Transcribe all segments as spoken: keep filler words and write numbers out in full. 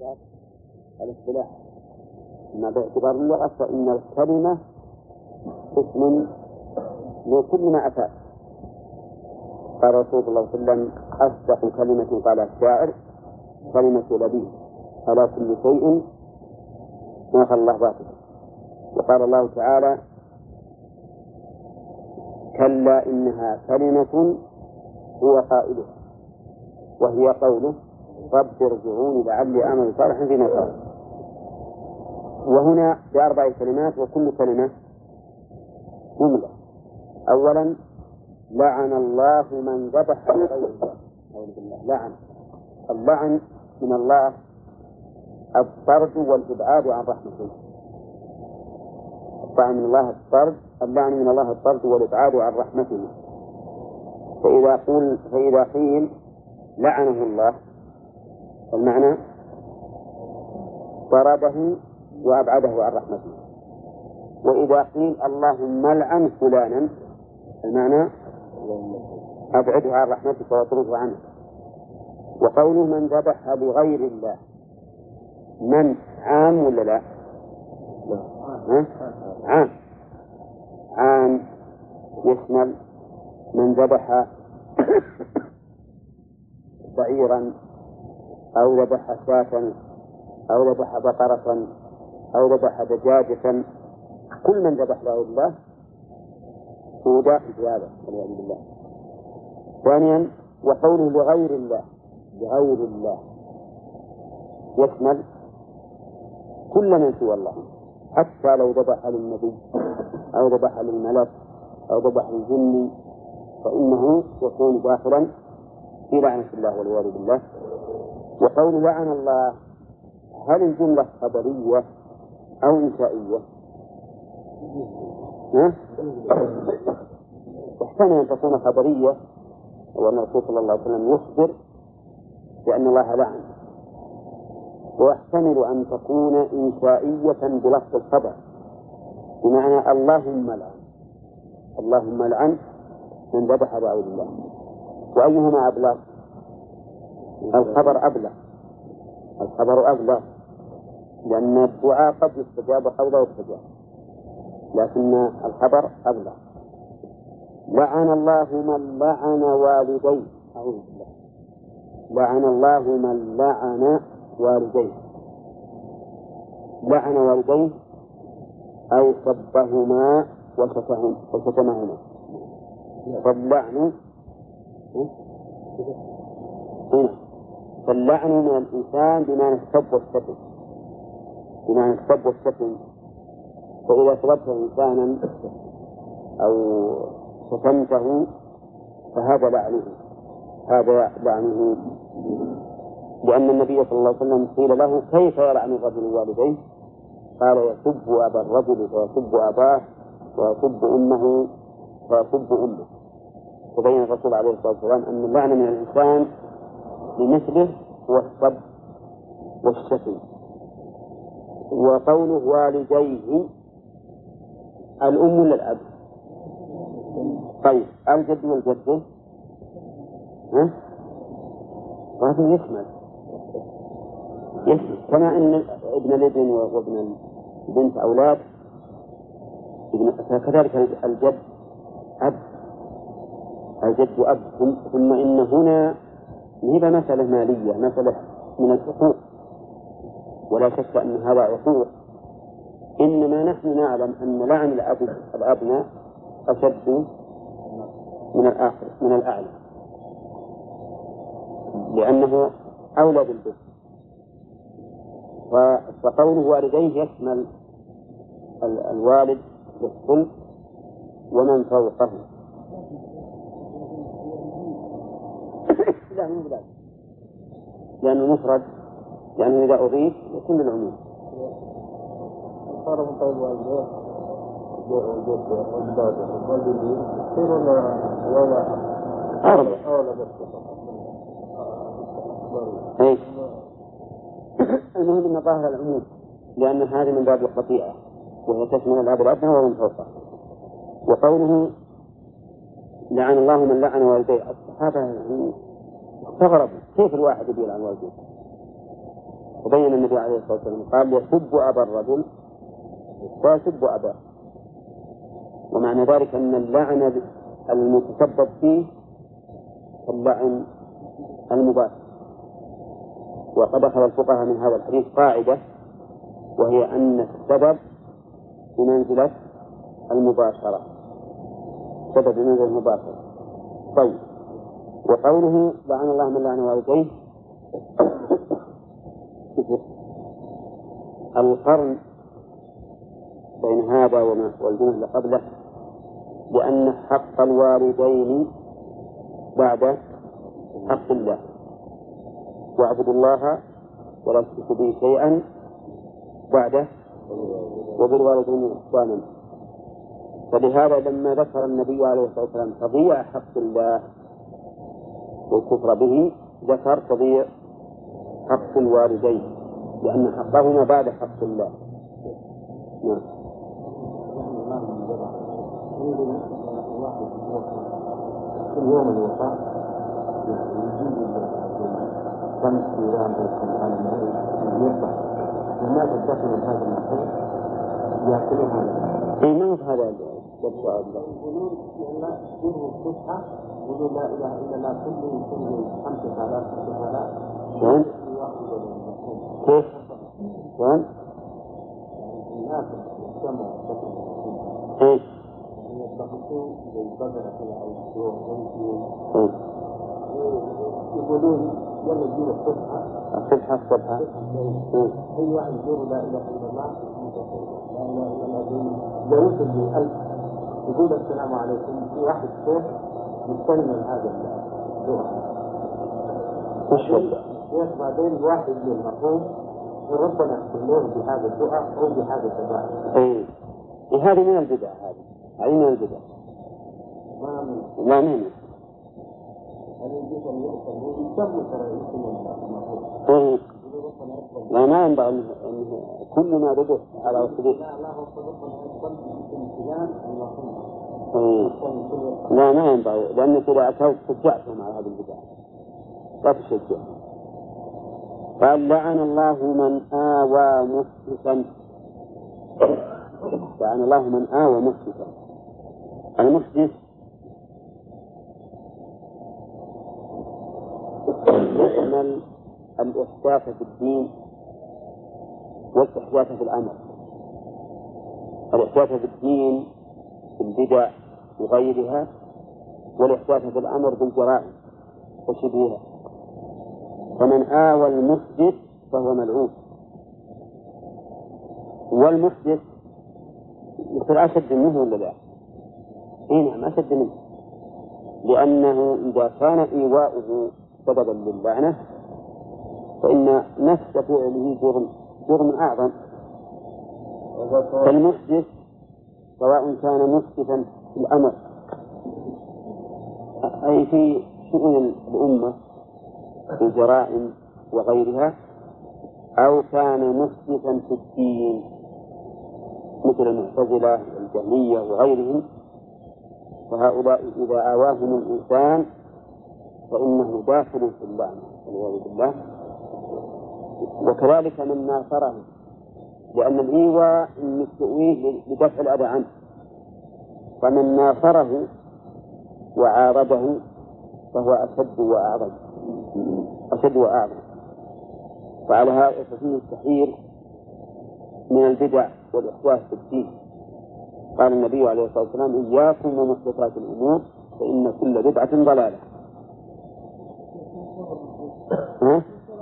باعتبار الاصطلاح، أما باعتبار اللغة فإن الكلمة اسم لكل ما أتى. قال رسول الله صلى الله عليه وسلم: أصدق كلمة قال الشاعر كلمة لبيب على كل شيء ما خلا الله باطل. وقال الله تعالى: كلا إنها كلمة هو قائلها وهي قوله رب ارجعوني لعلي أعمل صالحا فيما ترك. وهنا بأربع كلمات وكل كلمة جملة. أولا: لعن الله من ذبح لغير الله. أعوذ بالله. لعن. اللعن من الله الطرد والإبعاد عن رحمته. اللعن من الله الطرد اللعن من الله الطرد والإبعاد عن رحمته. فإذا قول فإذا قيل لعنه الله المعنى طرده وأبعده عن رحمته. وإذا قيل اللهم لعن فلانا المعنى أبعده عن رحمتك واطرده عنه. وقوله من ذبح لغير الله من عام ولا لا؟ ها؟ عام عام يشمل من ذبح بعيرا أو ذبح شاة أو ذبح بقرة أو ذبح دجاجة. كل من ذبح لغير الله هو داخل في هذا والعياذ بالله. ثانيا: وقوله لغير الله لغير الله يشمل كل من سوى الله، حتى لو ذبح للنبي أو ذبح للملك أو ذبح للجن فإنه يكون داخلا في لعنة الله والعياذ بالله. وقول لعن الله هل الجملة خبرية أو إنشائية؟ يحتمل أن تكون خبرية، وأن الرسول صلى الله عليه وسلم يخبر بأن الله لعن، ويحتمل أن تكون إنشائية بلفظ الخبر بمعنى اللهم لعن اللهم لعن من ذبح لغير الله. وأيهما أبلغ؟ الخبر أبلغ الخبر أبلغ لأن الدعاء قد يستجاب وقد لا يستجاب، لكن الخبر أبلغ. لعن الله من لعن والديه. أعوذ بالله. لعن الله من لعن والديه. لعن والديه أي سبهما وشتمهما. فاللعن فاللعن من الإنسان بمعنى السب والشتم بمعنى السب والشتم. فإذا سببت إنسانا أو شتمته فهذا لعنه هذا لعنه لأن النبي صلى الله عليه وسلم قيل له: كيف يلعن الرجل والديه؟ قال: يسب أبا الرجل ويسب أباه ويسب أمه ويسب أمه. فبين الرسول عليه الصلاة والسلام أن اللعن من الإنسان لمثله هو السب والشتم. وقوله والديه الأم ولا الأب؟ طيب الجد والجدة ها؟ لازم يشمل يشمل كما أن ابن الابن وابن البنت أولاد كذلك الجد أب الجد أب. ثم إن هنا هذا مسألة مالية، مسألة من الحقوق، ولا شك أن هذا عقوق. إنما نحن نعلم أن لعن الأب الأبناء أشد من الآخر من الأعلى، لأنه أولى بالبر. فقوله والديه يشمل الوالد والصلب ومن فوقه. لا مو بذلك، لأنه مفرد، لأنه إذا أضيف يكون للعموم. صار من طيب والديه والجد والأجداد والجدين كثير ولا أربع أولى بس. إيه المهم أن ظاهر العموم، لأن هذه من باب الخطيئة وهي تشمل الأب الأبنى ومن فوقه. وقوله لعن الله من لعن والديه، الصحابة استغربوا كيف الواحد يلعن والديه؟ وبين النبي عليه الصلاة والسلام قال يسب أبا الرجل فيسب أباه، ومعنى ذلك أن اللعن المتسبب فيه اللعن المباشر. وقد أخذ الفقهاء من هذا الحديث قاعدة، وهي أن السبب بمنزلة المباشرة، سبب بمنزلة المباشرة. طيب، وقوله لعن الله من لعن والديه القرن بين هذا والجملة اللي قبله، لأن حق الوالدين بعد حق الله، واعبدوا الله ولا تشركوا به شيئا بعده وبالوالدين إحسانا. فلهذا لما ذكر النبي عليه الصلاة والسلام تضييع حق الله والكفر به ذكر تضييع حق الوالدين، لأن حقهما بعد حق الله. نعم. يوم الوفاة يجيب خمس جيران يرفع الناس الداخل من هذا المكان يأكلها. إيه ما هو هذا السؤال؟ يقولون لا يجيبوا الصبح يقولون لا إله إلا الله كل كل خمسة آلاف ستة آلاف. شلون؟ كيف؟ شلون؟ الناس يسموا إيه؟ يطلقون بالبقرة أو الشيوخ يقولون يلا يجيب الصبح الصبح الصبح أي واحد يقول لا إله إلا الله لا إله إلا الله لا يوصل لألف يقول السلام عليكم. في واحد شيخ يستلم هذا اللغة الشيخ بعدين واحد من المفهوم ربنا يحكم له بهذا الدعاء أو بهذا الدعاء. إيه هذه من البدع، هذه هذه من البدع. لا من إيه لا ما ينبغي أن كل ما بدأ على وسيلة. إيه لا ما ينبغي، لأنك إذا أتوت شجعتهم على هذه البدع لا تشجع. قال لعن الله من آوى مسلما، لعن الله من آوى مسلما. المحدث يشمل الإحداث في الدين والإحداث في الأمر. الإحداث في الدين بالبدع وغيرها، والإحداث في الأمر بالجرائم وشبهها. فمن آوى المحدث فهو ملعون، والمحدث يصير أشد منه ولا لا؟ إيه نعم أشد منه، لأنه إذا كان إيواؤه سببا للعنة فإن نفس فعله جرم جرم أعظم. فالمحدث سواء كان محدثا في الأمر أي في شؤون الأمة في الجرائم وغيرها، أو كان محدثا في الدين مثل المعتزلة والجهمية وغيرهم، فهؤلاء إذا آواهم الإنسان فإنه داخل في اللعنة والعياذ بالله. وكذلك من ناصره، لأن الإيواء تؤويه لدفع الأذى عنه، فمن ناصره وعارضه فهو أشد وأعظم أشد وأعظم. وعلى هذا ففيه التحذير من البدع والإحداث في الدين. قال النبي عليه الصلاة والسلام إياكم ومحدثات الأمور فإن كل بدعة ضلالة. ها؟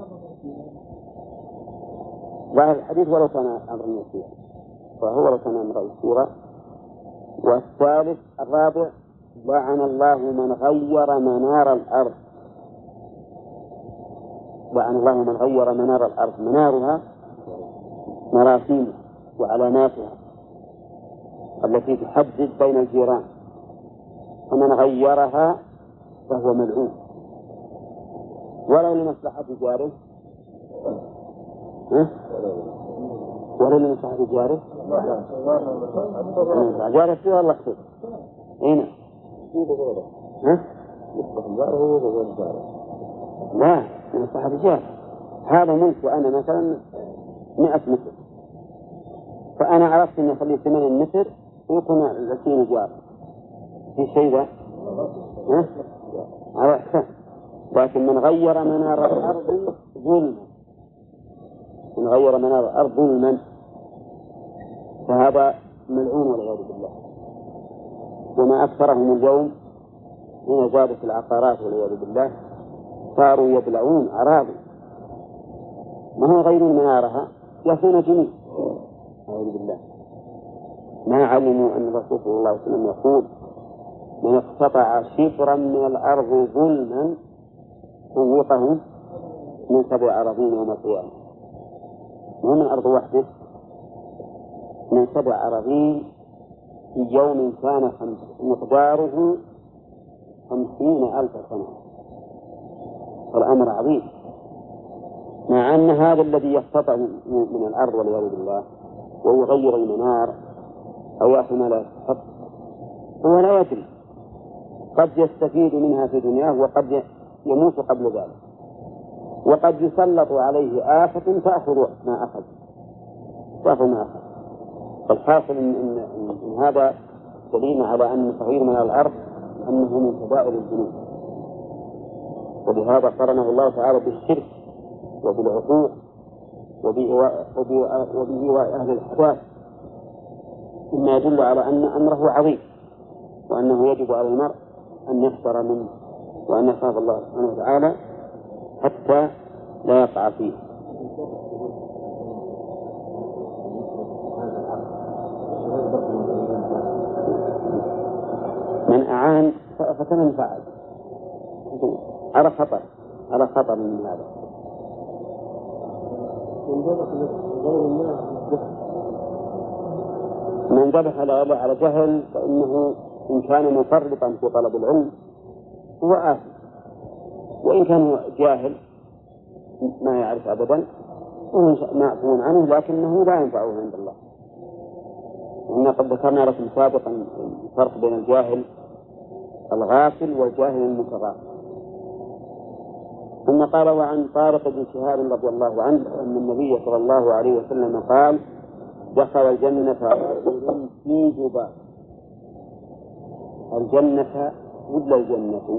ظاهر الحديث ولو كان أمر يسيرا، فهو لو كان أمر يسيرا. والثالث الرابع لعن الله من غير منار الأرض. لعن الله من غير منار الأرض. منارها مراسيم وعلاماتها التي تحدد بين الجيران، فمن غيرها فهو ملعون ولو لمصلحة جاره. ها؟ ولو لمصلحة جاره جاره فيه والله خير. هنا ها؟ لا لمصلحة جاره. هذا ملك وأنا مثلا مئة متر، فأنا عرفت أن أخليه ثمانين متر ويكون العشرين جار في شيء ذا على إحسان. لكن من غير منار الأرض ظلما من غير منار الأرض ظلما فهذا ملعون والعياذ بالله. وما أكثرهم اليوم حين زادت العقارات والعياذ بالله صاروا يبلعون أراضي ما هو غير منارها يأخذون جميع والعياذ بالله. ما علموا أن الرسول صلى الله عليه وسلم يقول من اقتطع شبرا من الأرض ظلما طوقه من سبع أراضين يوم القيامة. مو من أرض واحدة، من سبع أراضين في يوم كان مقداره خمسين ألف سنة. الأمر عظيم. مع أن هذا الذي يقتطع من الأرض والعياذ بالله ويغير المنار أو يأخذ ما لا يستحق هو لا يدري، قد يستفيد منها في دنياه وقد يموت قبل ذلك، وقد يسلط عليه آفة تأخذ ما أخذ تأخذ ما أخذ. فالحاصل إن, إن, إن هذا دليل على أن تغيير من الأرض أنه من كبائر الذنوب، ولهذا قرنه الله تعالى بالشرك وبالعقوق وبإيواء أهل الحداث، مما يدل على أن أمره عظيم وأنه يجب على المرء أن يحذر منه وأن يخاف الله سبحانه وتعالى حتى لا يقع فيه. من أعان فكمن فعل على خطر على خطر من هذا. من ذبح على جهل فإنه إن كان مفرطا في طلب العلم هو آثم، وإن كان جاهل ما يعرف أبدا وهو معفو عنه لكنه لا ينفعه عند الله. وإن قد ذكرنا لكم سابقا الفرق بين الجاهل الغافل والجاهل المتغافل. ثم قال وعن طارق بن شهاب رضي الله عنه أن النبي صلى الله عليه وسلم قال دخل الجنة رجل في ذباب. الجنة ولا الجنة؟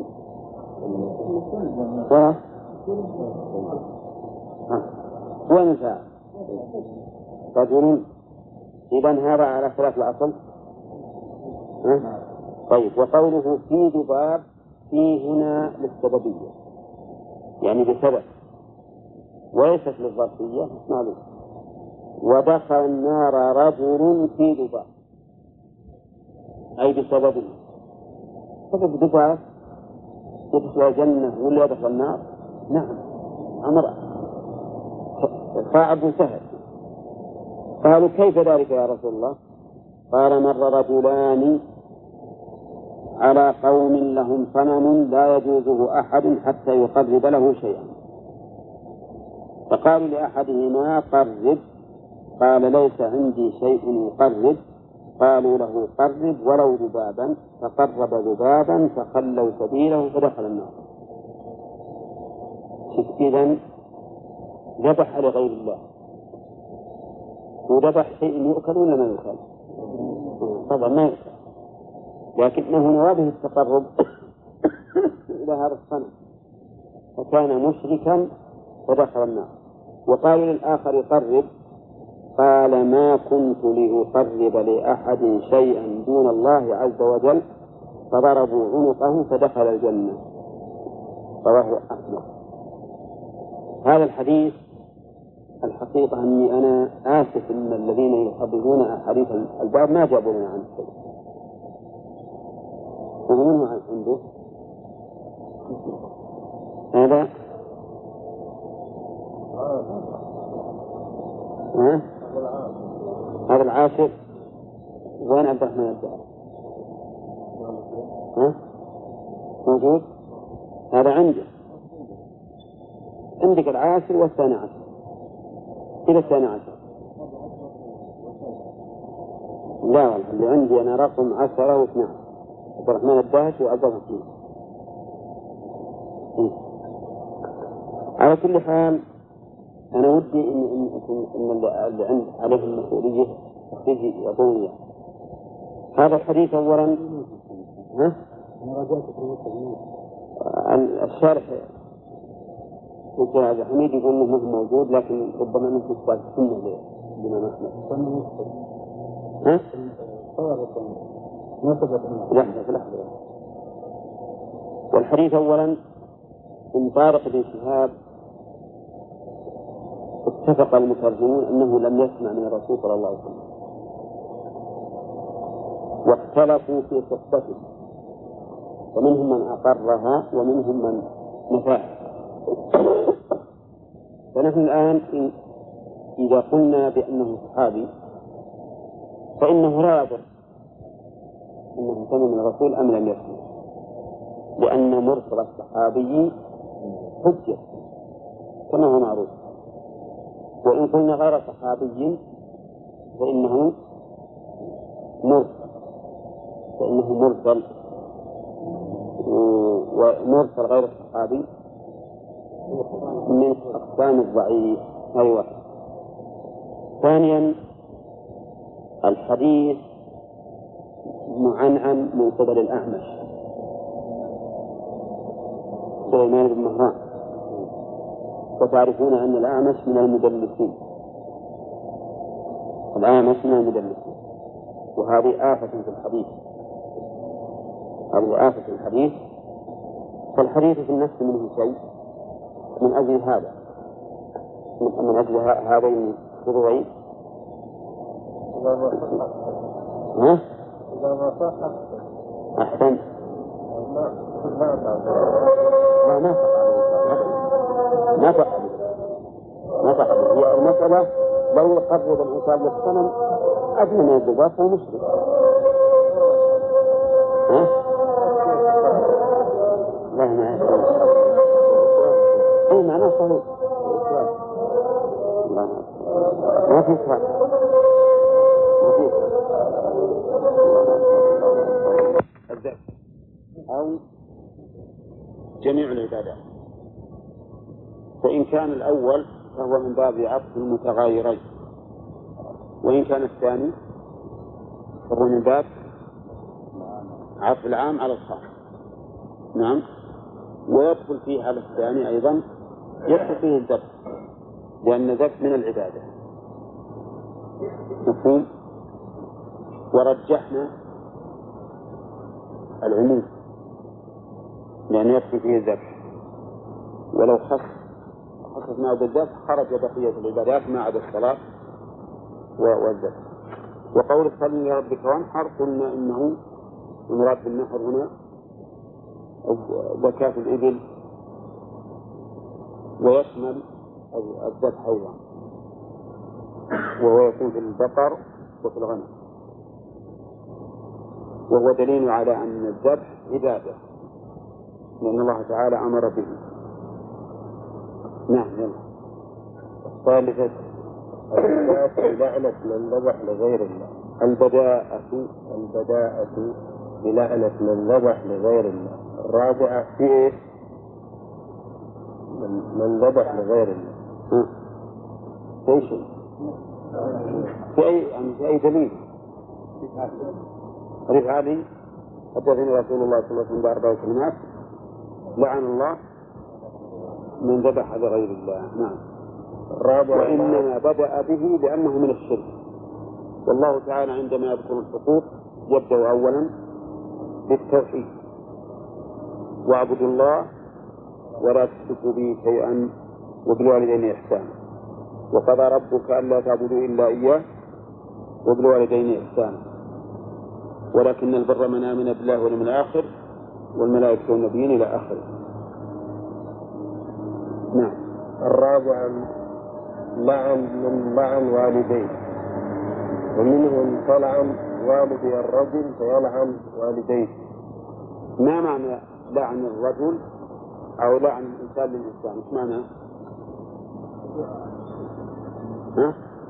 وين فاعل؟ رجل. إذن هذا على خلاف الأصل. طيب وقوله في ذباب في هنا للسببية يعني بسبب وليست للظرفية معلوم. ودخل النار رجل في ذباب أي بسببه. سبب ذباب يدخل الجنة ولا يدخل النار؟ نعم أمر صعب وسهل. قالوا كيف ذلك يا رسول الله؟ قال مر رجلان على قوم لهم صنم لا يجوزه أحد حتى يقرب له شيئا، فقالوا لأحدهما قرب، قال ليس عندي شيء يقرب. قالوا له قرب ولو ذبابا، فقرب ذبابا فخلوا سبيله فدخل النار. إذن ذبح لغير الله، وذبح شيء يؤكل ولا ما يؤكل؟ طبعا ما يؤكل، لكنه نوابه التقرب إلى هذا الصنم فكان مشركا فدخل النار. وقالوا للآخر قرب، قال ما كنت لأقرب لأحد شيئا دون الله عز وجل، فضربوا عنقه فدخل الجنة. رواه أحمد. هذا الحديث الحقيقة أني أنا آسف أن الذين يحضرون أحاديث الباب ما جابوا لنا عن شيء. ومنه عنده هذا ها؟ هذا العاشر. وين عبد الرحمن الدهر؟ ها؟ موجود؟ هذا عندي. عندك العاشر والثاني عشر إلى الثاني عشر. لا والله اللي عندي أنا رقم عشرة واثنان عبد الرحمن الدهش وعبد الرحمن. على كل حال أنا ودي إن إن إن اللي عند عليه المسؤولية تيجي يعطوني هذا الحديث أولا. ها؟ الشارح الجهاز حميد يقول إنه مو موجود، لكن ربما أنه تثبت السنة لما نسمع. ها؟ لحظة لحظة. والحديث أولا من طارق بن شهاب اتفق المترجمون أنه لم يسمع من الرسول صلى الله عليه وسلم، واختلفوا في قصته، ومنهم من أقرها ومنهم من نفاها. فنحن الآن إذا قلنا بأنه صحابي فإنه لا يضر أنه سمع من الرسول أم لم يسمع، لأن مرسل الصحابي حجة كما هو معروف. وإن قلنا غير صحابي فإنه مرسل فإنه مرسل ومرسل غير الصحابي من أقسام الضعيف. أيوة. ثانيا الحديث معنعن من قبل الأعمش سليمان بن مهران، وتعرفون أن الأعمش من المدلسين الأعمش من المدلسين وهذه آفة في الحديث هذه آفة في الحديث. فالحديث في النفس منه شيء من أجل هذا من أجل هذين الضرورين. ها؟ أحسن. لا ما ما فعل ما فعل هي المسألة لو يقرب الإنسان للصنم أدنى من الضباط فهو مشرك. ها؟ لا ما أي معناه صحيح ما في سؤال ما في سؤال أو جميع العبادات. فإن كان الأول فهو من باب عطف المتغايرين، وإن كان الثاني فهو من باب عطف العام على الخاص. نعم. ويدخل فيه على الثاني أيضا يدخل فيه الذبح، لأن الذبح من العبادة. مفهوم؟ ورجحنا العموم لأن يدخل فيه الذبح، ولو خص خصصنا بالذبح خرج بقية العبادات ما عدا الصلاة والذبح. وقول صل لربك وانحر قلنا إنه المراد بالنحر هنا زكاة الإبل ويشمل الذبح أيضا، وهو يكون في البقر وفي الغنم، وهو دليل على أن الذبح عبادة لأن الله تعالى أمر به. نعم. يلا. الثالثة البداءة بلعنة من ذبح لغير الله. البداءة البداءة بلعنة من ذبح لغير الله. الرابعة في إيه؟ من ذبح لغير الله. في شيء في أي يعني في أي دليل؟ حديث علي حدثني رسول الله صلى الله عليه وسلم بأربع كلمات لعن الله من ذبح لغير الله. نعم. الرابع وإنما بدأ به لأنه من الشرك، والله تعالى عندما يذكر الحقوق يبدأ أولا بالتوحيد واعبدوا الله ولا تشركوا به شيئا وبالوالدين إحسانا، وقضى ربك ألا تعبدوا إلا إياه وبالوالدين إحسانا، ولكن البر من آمن بالله واليوم الآخر والملائكة والنبيين إلى آخره. نعم. الرابع لعن من لعن والديه، ومنهم تلعن والدي الرجل فيلعن والديه. ما معنى لعن الرجل أو لعن الإنسان للإنسان؟ إيش معنى؟ ها؟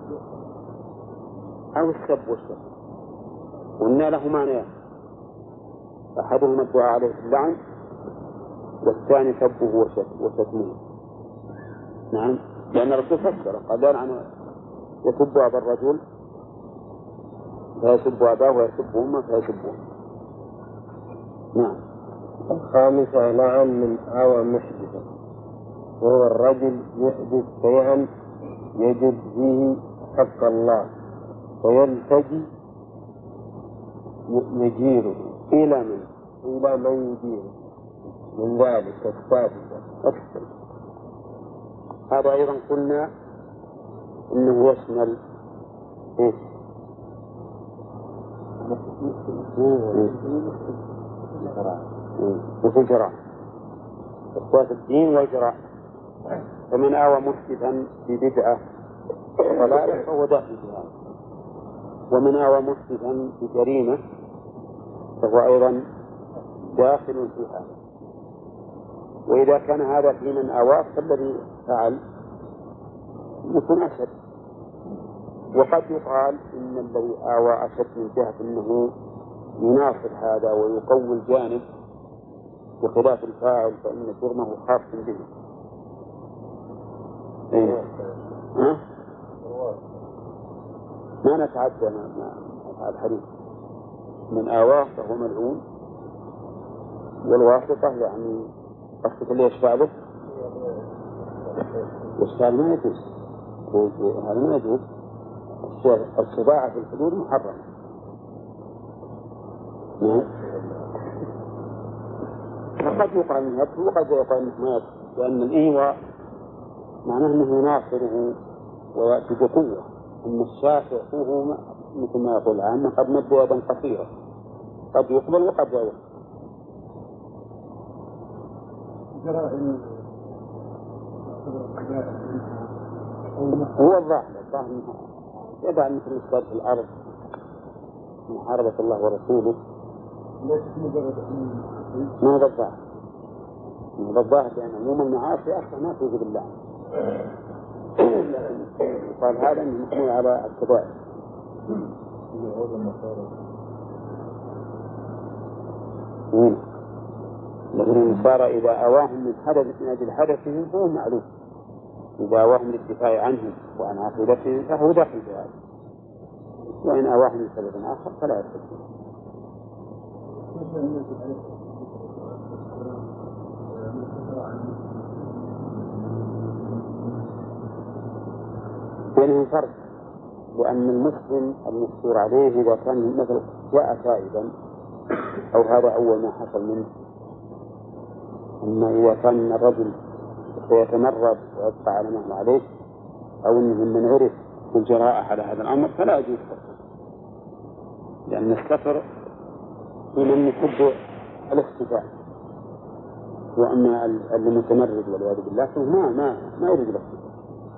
أو السب والسب، وإن له معنى أحدهما الدعاء عليه اللعن والثاني سبه وشتمه. نعم. لأن الرسول فسر قال لا عنه يسب أبا الرجل فيسب أباه ويسب أمه فيسبون. نعم. الخامسة لعن من آوى محدثا، وهو الرجل يحدث شيئا يجد فيه حق الله ويلتجي يجيره إلى من إلى من يجيره من ذلك السادسة. هذا أيضا قلنا إنه يشمل إيش؟ وفي الجراء إخوات الدين والجراء. فمن آوى محدثا ببدعة ضلالة فهو داخل في هذا، ومن آوى محدثا بجريمة فهو أيضا داخل في هذا. وإذا كان هذا في من آواه فالذي فعل يكون أشد. وقد يقال إن الذي آوى أشد من جهة أنه يناصر هذا ويقوي الجانب، بخلاف الفاعل فإن جرمه خاص به. إيه؟ ها؟ ما نتعدى مع الحديث. من آواه فهو ملعون، والواسطة يعني قصة اللي يشفع له يشفع ما يجوز، هذا ما يجوز. الشفاعة في الحدود محرمة. فقد يقال انه يكفر وقد يقال انه ما يكفر، لأن الإيواء معناه انه يناصره ويأتي بقوة. أما الشافع هو مثل ما يقول عنه قد مد يدا قصيرة، قد يقبل وقد لا يقبل. هو الظاهر الظاهر يدعى مثل الإفساد في الأرض، محاربة الله ورسوله، ما هذا الظاهر. هذا الظاهر لأن عموم المعاصي أصلا ما توجد بالله، قال هذا أنه محمول على الكبائر. لكن النصارى إذا أواهم من حدث من أجل حدثهم فهو معلوم، إذا أواهم للدفاع عنهم وعن عقيدتهم فهو داخل في هذا، وإن أواهم لسبب آخر فلا يستطيع. بينهم فرق، لأن المسلم المستور عليه إذا كان مثل جاء تائبا أو هذا أول ما حصل منه، أما إذا كان الرجل سيتمرد ويبقى على ما هو عليه أو أنه من عرف بالجراءة على هذا الأمر فلا يجوز ستره، لأن الستر في من يحب الاختفاء، وأما المتمرد والعياذ بالله ما ما ما يريد الاختفاء.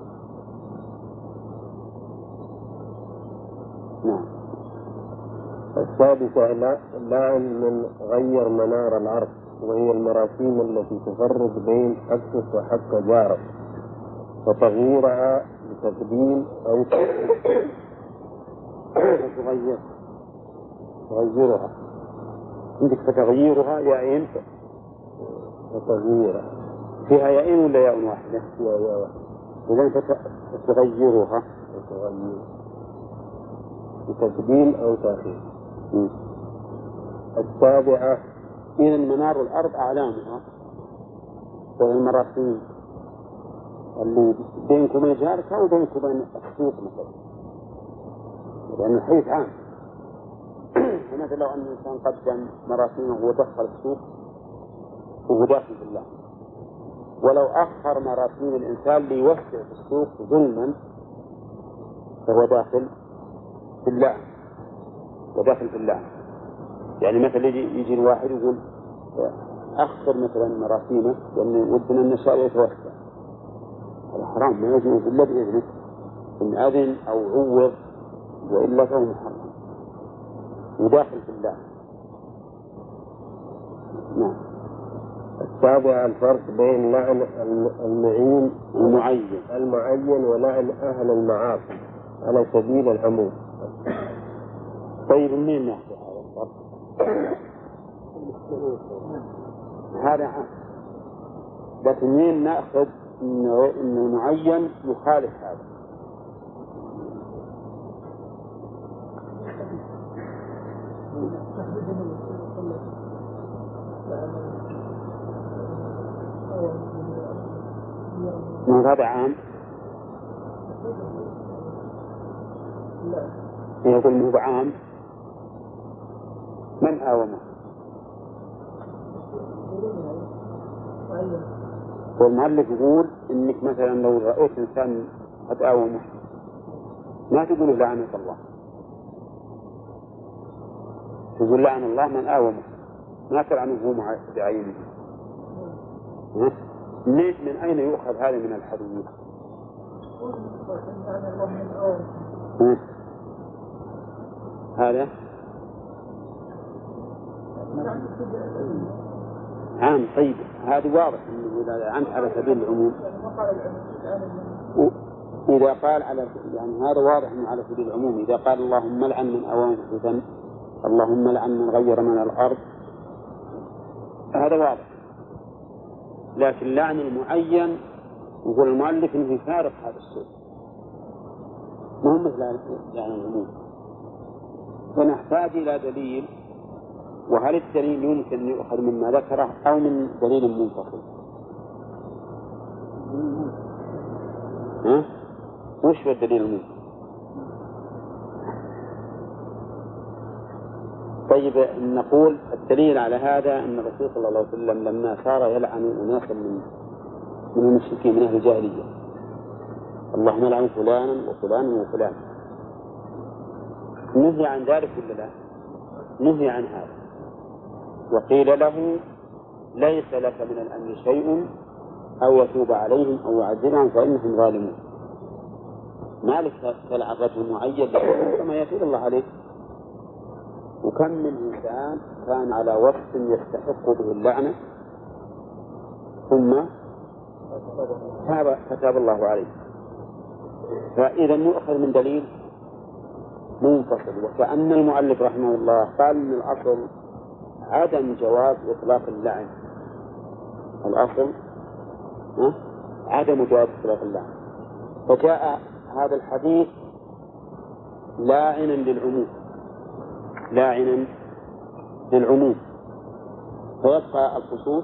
نعم. السادسة لعن من غير منار الأرض، وهي المراسيم التي تفرق بين حقك وحق جارك، وتغييرها بتقديم أو تغيير تغييرها عندك فتغييرها يائين وتغييرها فيها يائين ولا ياء واحدة؟ فيها ياء واحدة. إذن فتغييرها وتغيير بتقديم أو تأخير. السابعة إذن منار الأرض أعلامها وهي المراسيم اللي بينكم وبين جارك أو بينكم وبين السوق مثلا، لأن الحديث عام. فمثلا لو أن الإنسان قدم مراسيمه ودخل السوق وهو داخل في الله، ولو أخر مراسيم الإنسان ليوسع في السوق ظلما فهو داخل في الله وداخل في الله. يعني مثلا يجي, يجي الواحد يقول أخر مثلا مراسيمه لأن ودنا النساء يتوسع، هذا حرام ما يجوز إلا بإذنه، إن أذن أو عوض، وإلا فهو محرم وداخل في الله. نعم. السابع الفرق بين لعن المعين المعين المعين ولعن أهل المعاصي على سبيل العموم. طيب منين نأخذ هذا الفرق؟ هذا عام، لكن منين نأخذ إن المعين يخالف هذا. ما هذا عام؟ يقول مو بعام. من آومه؟ والمؤلف يقول إنك مثلا لو رأيت إنسان قد آومه ما تقول لعنة الله، تقول لعن الله من آومه، ما تلعنه بعينه. من أين يؤخذ هذا من الحديث؟ هذا عام. طيب هذا واضح أنه إذا لعنت على سبيل العموم، إذا قال على يعني هذا واضح أنه على سبيل العموم. إذا قال اللهم لعن من أوان الفتن، اللهم لعن من غير من الأرض، هذا واضح. لكن لعن المعين يقول المؤلف أنه يفارق هذا الشيء، مهم مثل لعن العموم. فنحتاج إلى دليل، وهل الدليل يمكن أن يؤخذ مما ذكره أو من دليل منفصل؟ ها؟ وش هو الدليل المنفصل؟ طيب نقول الدليل على هذا أن الرسول صلى الله عليه وسلم لما صار يلعن أناسا من من المشركين من أهل الجاهلية، اللهم لعن فلانا وفلانا وفلانا، نهي عن ذلك ولا لا؟ نهي عن هذا، وقيل له ليس لك من الأمر شيء أو يتوب عليهم أو يعذبهم فإنهم ظالمون. ما لك تلعن رجل معين كما يتوب الله عليه. وكم من إنسان كان على وصف يستحق به اللعنة ثم تاب فتاب الله عليه. فإذا يؤخذ من دليل منفصل. وكأن المؤلف رحمه الله قال من الأصل عدم جواز إطلاق اللعن، الأصل ها؟ عدم جواز إطلاق اللعن، فجاء هذا الحديث لاعنا للعموم، لاعنا للعموم، فيبقى الخصوص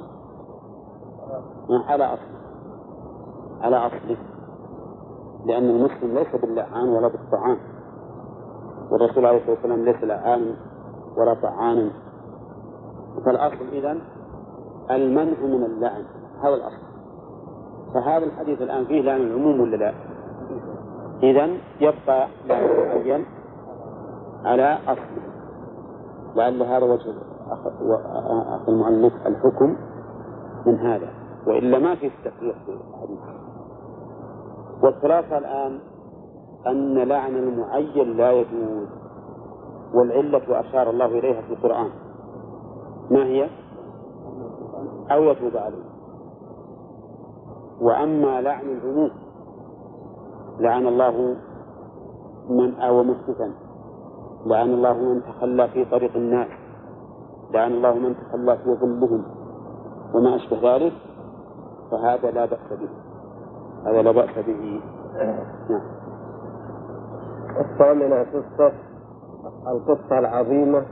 على أصله على أصله لأن المسلم ليس باللعان ولا بالطعان، والرسول عليه الصلاة والسلام ليس لعان ولا طعان. فالأصل إذن المنع من اللعن، هذا الأصل. فهذا الحديث الآن فيه لعن العموم ولا لا؟ إذن يبقى لعن معين على أصله. لعل هذا وجه أخذ المؤلف الحكم من هذا، وإلا ما في تفريق في الحديث. والخلاصة الآن أن لعن المعين لا يجوز، والعلة أشار الله إليها في القرآن، ما هي؟ أو يتوب عليه. وأما لعن العموم لعن الله من آوى مسكتا، لعن الله من تخلى في طريق الناس، لعن الله من تخلى في ظلهم وما أشبه ذلك، فهذا لا بأس به، هذا لا بأس به. نعم. الثامنة قصة القصة العظيمة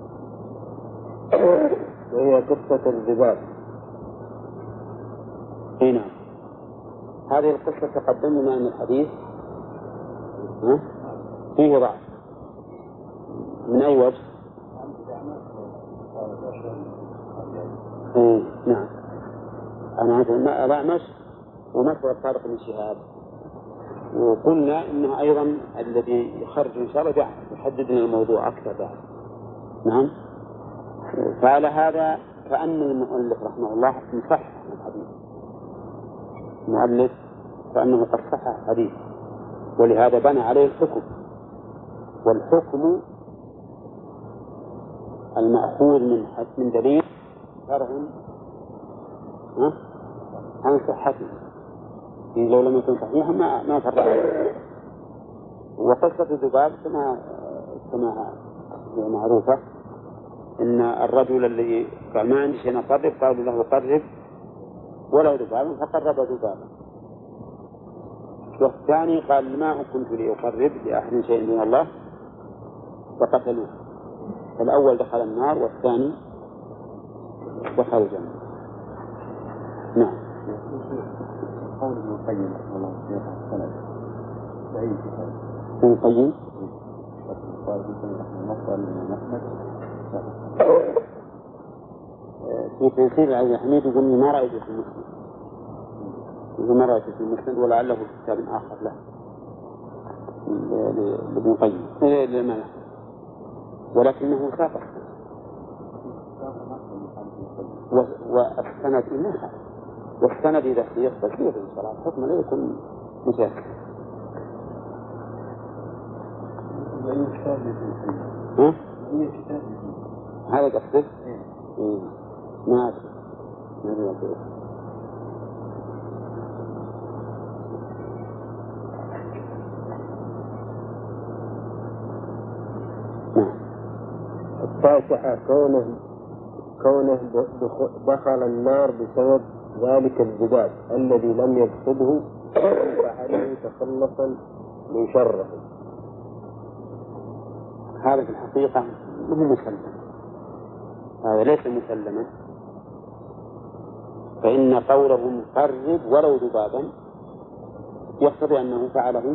وهي قصة الذباب. هنا هذه القصة تقدمنا من الحديث فيه ضعف. من أي وجه؟ إيه نعم. أنا أعرف الأعمش ومسألة طارق بن شهاب، وقلنا إنه أيضا الذي يخرج إن شاء الله يحدد لنا الموضوع أكثر بعد. نعم. فعلى هذا كأن المؤلف رحمه الله مصحح الحديث، المؤلف كأنه قد صحح الحديث، ولهذا بنى عليه الحكم. والحكم المأخوذ من من دليل فرع عن صحته، لو لم يكن صحيحا ما ما فرع عليه. وقصة الذباب كما كما معروفة، إن الرجل الذي قال ما عندي شيء أقرب قالوا له قرب ولو ذبابا فقرب ذبابا، والثاني قال ما كنت لأقرب لأحد شيء دون الله فقتلوه. الأول دخل النار والثاني دخل الجنة. نعم. قول ابن القيم رحمه الله السند بعيد ابن القيم قال ابن القيم رحمه الله قال الإمام أحمد في تفسير علي الحميد يقول ما رأيته في المسند، يقول ما رأيته في المسند ولعله في كتاب آخر له لابن القيم للإمام أحمد، ولكنه ساقط والسند إنها والسند إذا سيقبل فيه إن شاء الله الحكم لا يكون متأكد. ها؟ هذا قصدك؟ إيه. ما أدري ما أدري التاسعة كونه كونه دخل النار بسبب ذلك الذباب الذي لم يقصده فعليه تخلصا من شره. هذا في الحقيقة مو مسلم، هذا ليس مسلما، فإن قولهم قرب ولو ذبابا يقتضي أنه فعله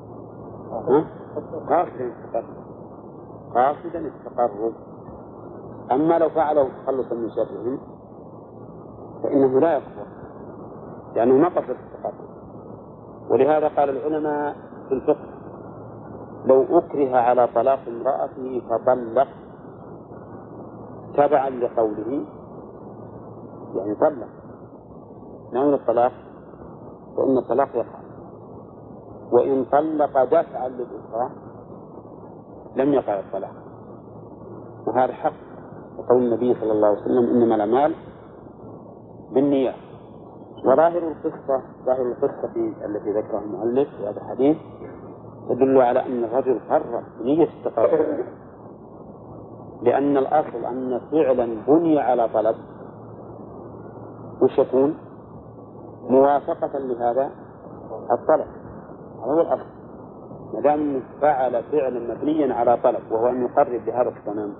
قاصدا التقرب قاصدا التقرب. أما لو فعله تخلصا من شرهم فإنه لا يكفر لأنه ما قصد التقرب. ولهذا قال العلماء في الفقه لو أكره على طلاق امرأته فطلق تبعا لقوله يعني طلق نوع الطلاق فإن الطلاق يقع، وإن طلق دفعا للأخرى لم يقع الطلاق، وهذا حق. وقول النبي صلى الله عليه وسلم إنما الأعمال بالنيات. وظاهر القصة ظاهر القصة في التي ذكرها المؤلف في هذا الحديث تدل على أن الرجل قرر بنية التقرب، لأن الأصل أن فعلا بني على طلب وش يكون موافقة لهذا الطلب، هذا هو الأصل. ما دام فعل فعلا مبنيا على طلب وهو أن يقرب بهذا الصنم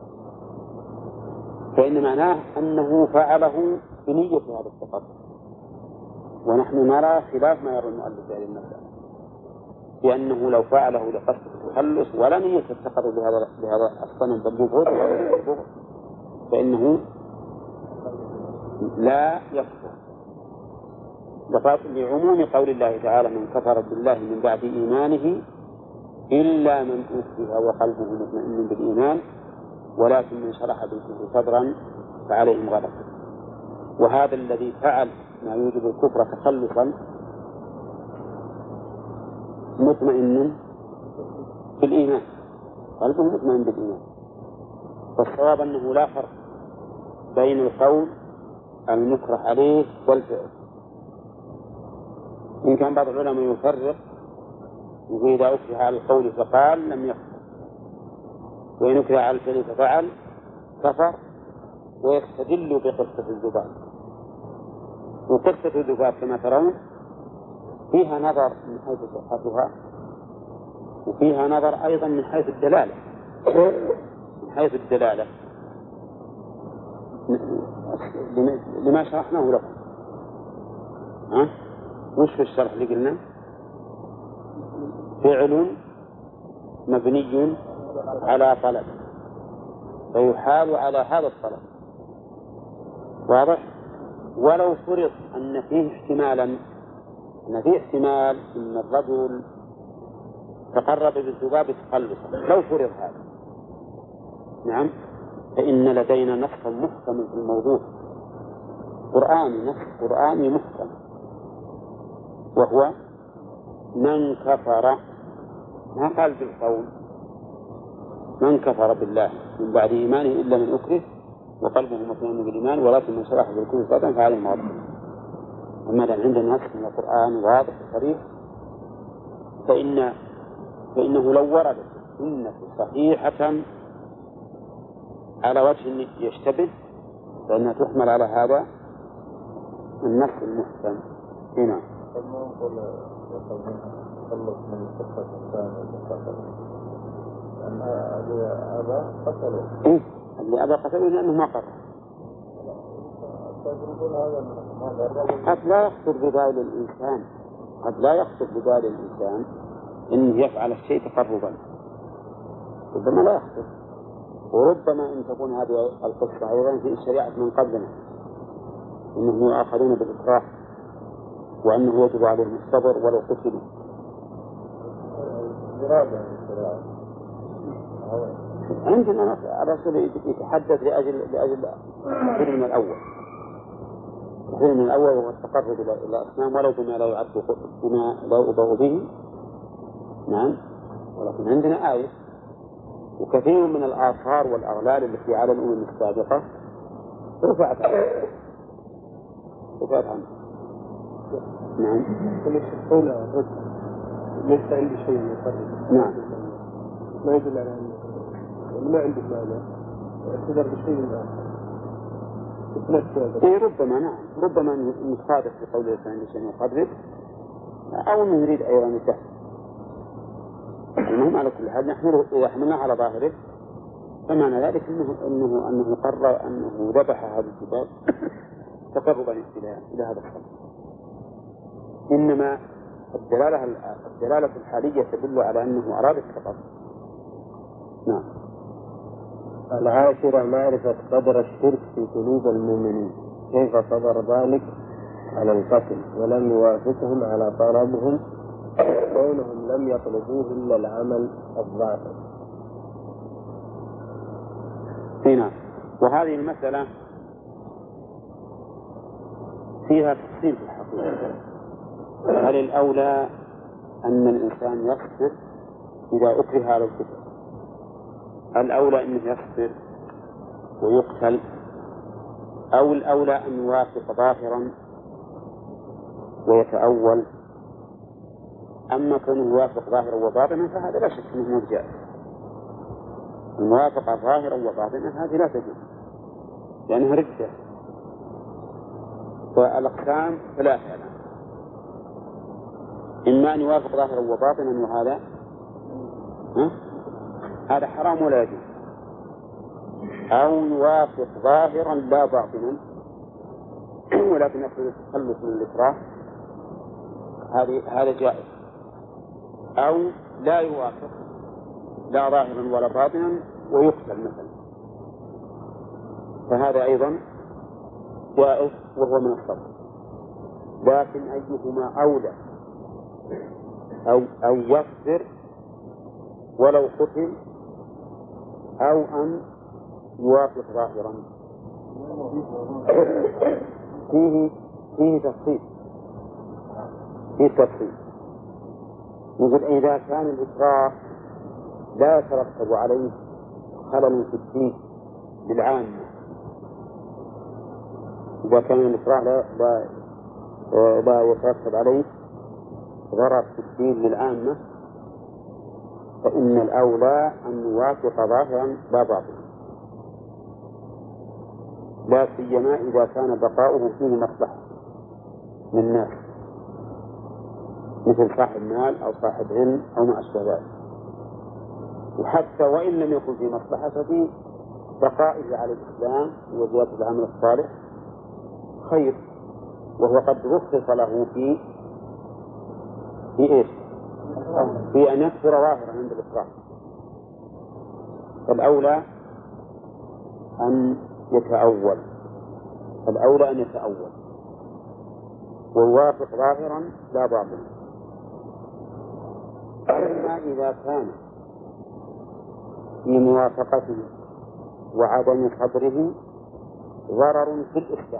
فإن معناه أنه فعله بنية هذا التقرب، ونحن نرى خلاف ما يرى المؤلف في هذه المسألة، لأنه لو فعله لقصد التخلص ولا نية التقرب بهذا بهذا الصنم بل بغض فإنه لا يكفر، لعموم قول الله تعالى من كفر بالله من بعد إيمانه إلا من أكره وقلبه مطمئن بالإيمان ولكن من شرح بالكفر صدرا فعليهم غضب. وهذا الذي فعل ما يوجب الكفر تخلصا مطمئن بالإيمان، قلبه مطمئن بالإيمان. فالصواب أنه لا فرق بين القول المكره عليه والفعل. إن كان بعض العلماء يفرق يقول إذا أكره على القول فقال لم يكفر، وإن أكره على الفعل ففعل كفر، ويستدل بقصة الذباب. وقصة الذباب كما ترون فيها نظر من حيث صحتها وفيها نظر أيضا من حيث الدلالة من حيث الدلالة لما شرحناه لكم. ها؟ وش في الشرح اللي قلنا؟ فعل مبني على طلب فيحال على هذا الطلب، واضح؟ ولو فرض أن فيه احتمالا أن فيه احتمال أن الرجل تقرب بالذباب تخلصا، لو فرض هذا نعم فإن لدينا نصا محكما في الموضوع، قرآني نص قرآني محكم، وهو من كفر، ما قال بالقول من كفر بالله من بعد إيمانه إلا من أكره وقلبه مطمئن بالإيمان ولكن من شرح بالكفر صدرا فعليه غضب. أما دام عندنا نص من القرآن واضح وصريح فإن فإنه لو وردت السنة صحيحة على وجه يشتبه فإنها تحمل على هذا النص المحكم. هنا خلص من قصة إنسان وقتل أن أبا قتله. إيه اللي أبا قتله لأنه ما قرر. قد لا يقصد ببال الإنسان قد لا يقصد ببال الإنسان إنه يفعل الشيء تقربا، ربما لا يقصد. وربما أن تكون هذه القصة أيضا في الشريعة من قبلنا إنهم يؤاخذون بالإكراه وأنه يجب عليهم الصبر ولو قتلوا. عندنا الرسول يتحدث لأجل لأجل كثير من الأول كثير من الأول وهو التقرب إلى الأصنام ولو بما لا يعد بما لا يؤبه به. نعم، ولكن عندنا آية وكثير من الآثار والأغلال التي على الأمم السابقة رفعت عنه رفعت عنه. نعم. ليش القول الرجل ليس عندي شيء يقرب. نعم. ما يدل على أنه ما عندي مانع اعتذر بشيء آخر. إيه ربما نعم ربما إنه صادق في قوله ليس عندي شيء يقرب أو إنه يريد أيضا الدفع. المهم على كل حال نحمله إذا حملنا على ظاهره فمعنى ذلك إنه إنه أنه قرر أنه ذبح هذا الكتاب تقربا إلى إلى هذا الخلق. إنما الدلالة الدلالة الحالية تدل على أنه أراد التقرب. نعم. العاشرة معرفة قدر الشرك في قلوب المؤمنين، كيف صبر ذلك على القتل ولم يوافقهم على طلبهم كونهم لم يطلبوه إلا العمل الظاهر. هنا وهذه المسألة فيها تفصيل في الحقيقة. هل الأولى أن الإنسان يصبر إذا أكره على الكفر؟ الأولى أنه يصبر ويقتل أو الأولى أن يوافق ظاهرا ويتأول؟ أما كونه يوافق ظاهرا وباطنا فهذا لا شك أنه مرجع. الموافقة ظاهرا وباطنا هذه لا تجوز لأنها ردة. فالأقسام ثلاثة الآن، إما أن يوافق ظاهرا وباطنا وهذا ها؟ هذا حرام ولا يجوز، أو يوافق ظاهرا لا باطنا ولكن يقصد التخلص من الإكراه هذا جائز، أو لا يوافق لا ظاهرا ولا باطنا ويقتل مثلا فهذا أيضا جائز وهو من الصبر. لكن أيهما أولى، أو أو يصبر ولو قتل أو أن يوافق ظاهرا؟ فيه فيه تفصيل فيه تفصيل يقول إذا كان الإكراه لا يترتب عليه خلل في الدين للعامة، إذا كان الإكراه لا لا, لا يترتب عليه ضرر في الدين للعامة فإن الأولى أن يوافق ظاهرا لا باطنا، لا سيما إذا كان بقاؤه فيه مصلحة للناس مثل صاحب مال أو صاحب علم أو ما أشبه ذلك. وحتى وإن لم يكن في مصلحة ففي بقائه على الإسلام وزيادة العمل الصالح خير، وهو قد رخص له في في إيش؟ في أن يكفر ظاهرا عند الإكراه. فالأولى أن يتأول الأولى أن يتأول ويوافق ظاهرا لا باطنا. أما إذا كان في موافقته وعدم صبره ضرر في الإسلام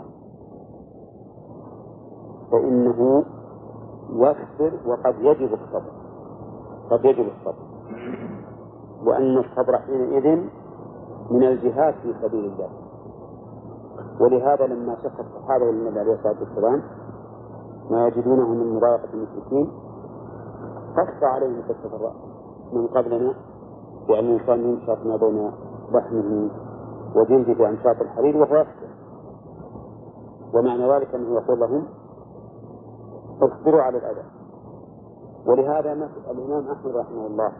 فإنه يصبر وقد يجب الصبر قد يجب الصبر وأن الصبر حينئذ من الجهاد في سبيل الله. ولهذا لما شك الصحابة للنبي عليه الصلاة والسلام ما يجدونه من مضايقة المشركين قص عليهم قصة الرأس من قبلنا بأن الإنسان ينشط ما بين لحمه وجلده بأنشاط الحرير وهو يصبر، ومعنى ذلك أنه يقول لهم اصبروا على الأذى ولهذا مثل الإمام أحمد رحمه الله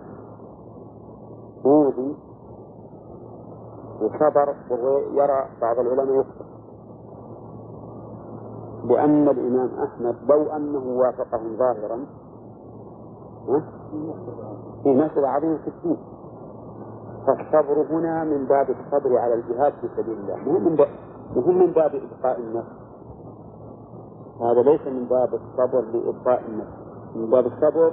أوذي وصبر، وهو يرى بعض العلماء يكفر، لأن الإمام أحمد لو أنه وافقهم ظاهرا في مسألة عظيمة في الدين، فالصبر هنا من باب الصبر على الجهاد في سبيل الله، مهم من باب, مهم من باب إبقاء النفس. هذا ليس من باب الصبر لإبقاء النفس، من باب الصبر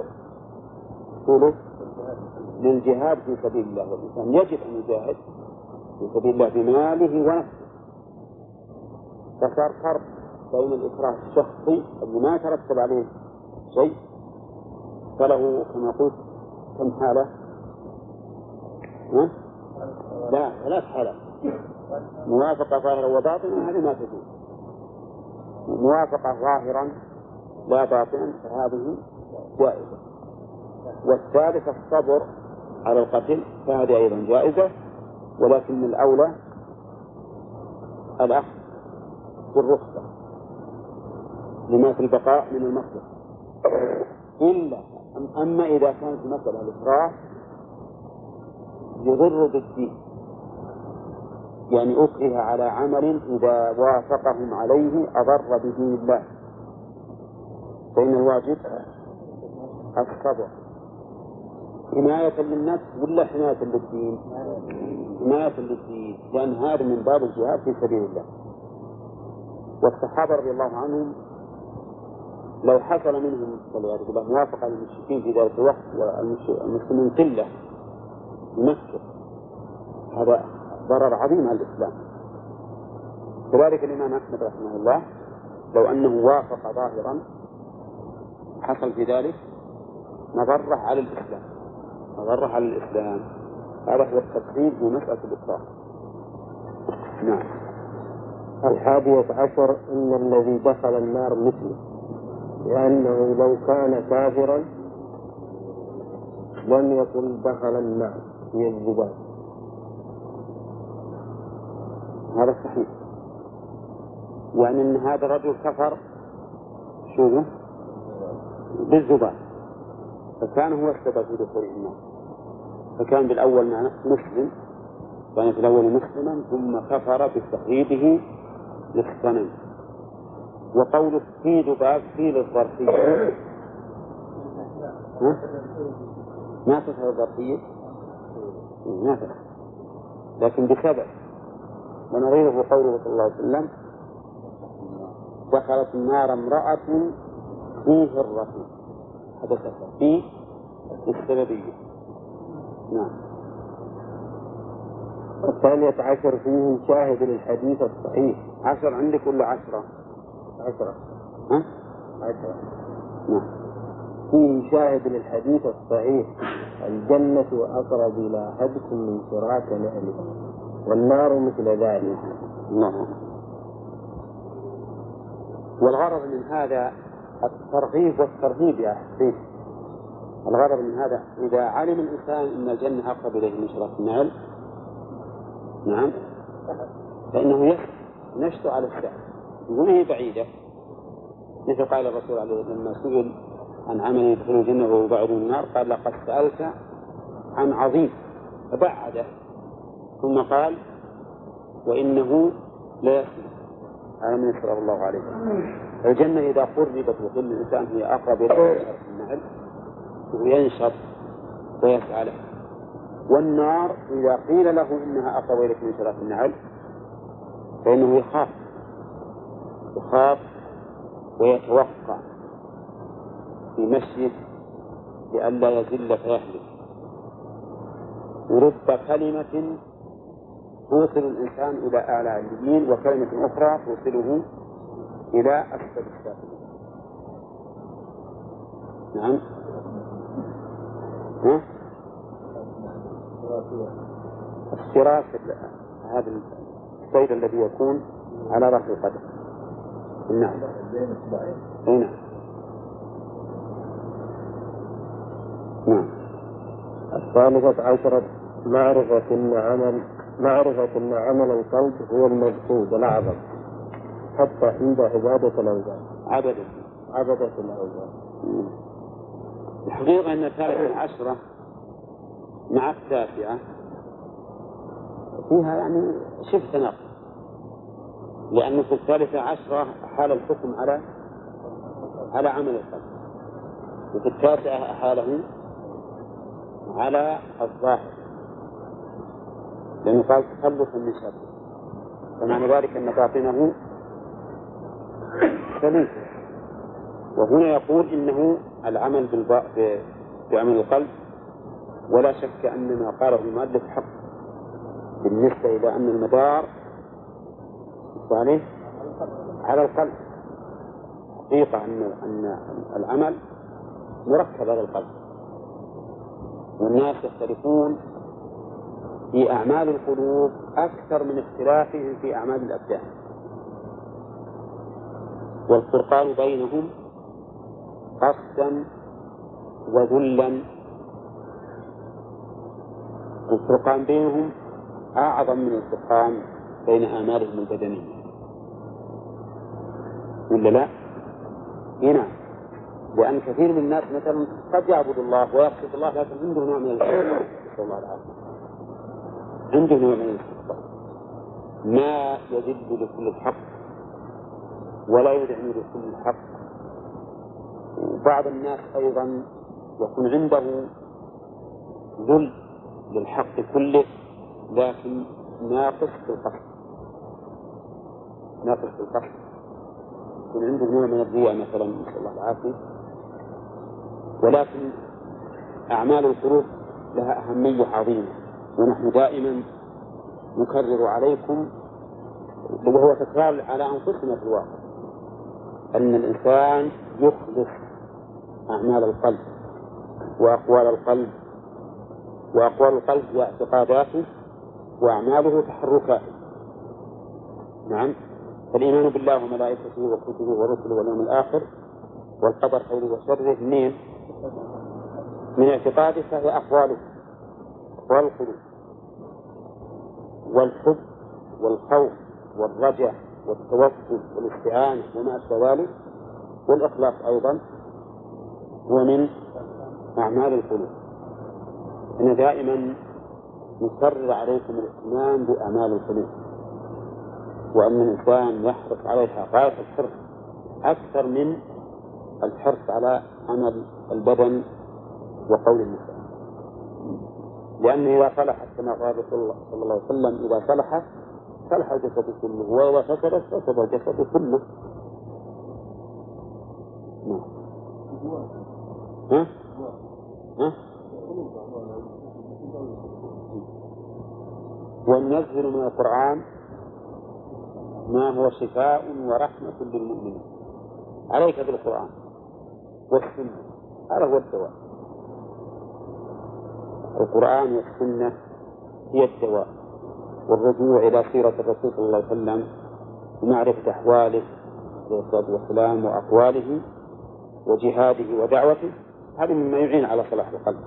للجهاد في سبيل الله. والإنسان يجب أن يجاهد في سبيل الله بماله ونفسه. فصار فرق بين الإكراه الشخصي الذي ما يترتب عليه شيء، فله كما قلت كم حالة؟ ها؟ لا، ثلاث حالات: موافقة ظاهرا وباطنا، هذه ما تجوز. موافقة ظاهرا لا باطنا، فهذه جائزة. والثالثة الصبر على القتل، فهذه أيضا جائزة، ولكن الأولى الأخذ بالرخصة لما في البقاء من المصلحة. إلا أما إذا كانت المسألة الإكراه يضر بالدين، يعني أكره على عمل إذا وافقهم عليه أضر بدين الله، فإن الواجب الصبر حماية للنفس ولا حماية للدين؟ حماية للدين، لأن هذا من باب الجهاد في سبيل الله. والصحابة رضي الله عنهم لو حصل منهم والعياذ بالله موافقة للمشركين في ذلك الوقت والمسلمين قلة يمكن، هذا ضرر عظيم على الإسلام. كذلك الإمام أحمد رحمه الله لو أنه وافق ظاهرا حصل في ذلك مضرة على الإسلام، مضرة على الإسلام. هذا هو التفصيل في مسألة الإكراه. نعم. الحادية عشر: إن الذي دخل النار مثله، لأنه لو كان كافرا لم يقل دخل النار هي الذباب. هذا صحيح، يعني أن هذا الرجل كفر شو بالذباب، فكان هو السبب في دخول النار، فكان بالأول مسلم، كان في الأول مسلما ثم كفر بتقليده للصنم. وقوله في ذباب في للظرفية ما تفعل الظرفية ما تفعل، لكن بسبب. ونظيره قوله صلى الله عليه وسلم: دخلت النار امرأة فيه الرفيق، حدثت فيه السببية. نعم. الثانية عشر: فيه شاهد للحديث الصحيح. عشر عندك ولا عشرة؟ عشرة. ها؟ عشرة. نعم. فيه شاهد للحديث الصحيح: الجنة أقرب إلى أحدكم من شراك نعله، والنار مثل ذلك. الله. والغرض من هذا الترغيب والترهيب يا حسين. الغرض من هذا إذا علم الإنسان أن الجنة أقرب إليه من شراك النعل، نعم، فإنه يشتو على السعر، يقول هي بعيدة، مثل قال الرسول عليه لما سئل عن عمل يدخل الجنة وهو بعد النار قال: لقد سألت عن عظيم، فبعده، ثم قال: وإنه لا يسمع. هذا من يسر الله عليه. الجنة إذا قربت وقل الإنسان هي أقرب إلى النعل وينشط ويسعى له. والنار إذا قيل له إنها أقرب إليك من شراك النعل فإنه يخاف يخاف ويتوقع في مشيه لئلا يزل فيهلك. ورب كلمة توصل الإنسان إلى أعلى عليين، وكلمة أخرى توصله إلى أسفل السافلين. نعم. ها؟ الصراط هذا الصيد الذي يكون على رأس القدم. نعم. نعم. نعم. الثالثة عشرة: معرفة أن عمل معرفة أن عمل القلب هو المقصود الأعظم حتى عند عبادة الأوثان. عبدة عبدة الأوثان. الحقيقة أن الثالثة العشرة مع التاسعة فيها يعني شبه تناقض، لأن في الثالثة عشرة حال الحكم على على عمل القلب، وفي التاسعة حاله على الظاهر، لأنه قال تخلصا من شر، فمعنى ذلك أن باطنه سليم. وهنا يقول إنه العمل بعمل القلب، ولا شك أن ما قاله المؤلف حق بالنسبة إلى أن المدار عليه على القلب. حقيقة أن أن العمل مركب على القلب، والناس يختلفون في أعمال القلوب أكثر من اختلافهم في أعمال الأبدان، والفرقان بينهم قصدا وذلا. الفرقان بينهم أعظم من الفرقان بين أعمالهم البدنية، ولا لا؟ هنا لأن كثير من الناس مثلا قد يعبد الله ويقصد الله، لكن عنده نوع من الاستكبار، نسأل الله العافية، عنده نوع من الاستكبار، ما يجد لكل الحق ولا يدعم لكل الحق. وبعض الناس أيضا يكون عنده ذل للحق كله، لكن ناقص في القصد، ناقص في القصد، يكون عنده نوع من الرياء مثلا، نسأل الله العافية. ولكن أعمال القلوب لها أهمية عظيمة، ونحن دائما نكرر عليكم، وهو تكرار على أنفسنا في الواقع، أن الإنسان يخلص أعمال القلب وأقوال القلب، وأقوال القلب واعتقاداته، وأعماله تحركاته. نعم، فالإيمان بالله وملائكته وكتبه ورسله واليوم الآخر والقدر خيره وشره منين؟ من اعتقاده، فهي أقواله، أقوال القلوب. والحب والخوف والرجاء والتوكل والاستعانة وما أشبه ذلك، والإخلاص أيضا هو من أعمال القلوب. أنا دائما نكرر عليكم الاهتمام بأعمال القلوب، وأن الإنسان يحرص عليها غاية الحرص أكثر من الحرص على عمل البدن وقول اللسان، لأنه إذا صلحت كما قال رسول الله صلى الله عليه وسلم: إذا صلحت صلح الجسد كله، وإذا فسدت فسد الجسد كله. ها؟ ها؟ وننزل من القرآن ما هو شفاء ورحمة للمؤمنين. عليك بالقرآن والسنة، هذا هو الدواء. القرآن والسنة هي الدواء، والرجوع إلى سيرة الرسول صلى الله عليه وسلم ومعرفة أحواله عليه الصلاة والسلام وأقواله وجهاده ودعوته، هذا مما يعين على صلاح القلب.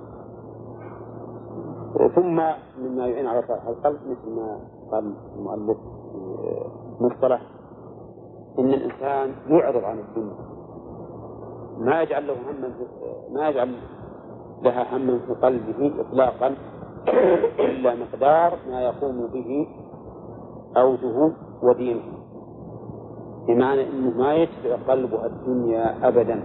ثم مما يعين على صلاح القلب مثل ما قال المؤلف مصطلح، إن الإنسان يعرض عن الدنيا، ما يجعل له هما، ما يجعل لها هما في قلبه إطلاقا إلا مقدار ما يقوم به أوجه ودينه، بمعنى أنه ما يتبع قلبه الدنيا أبدا.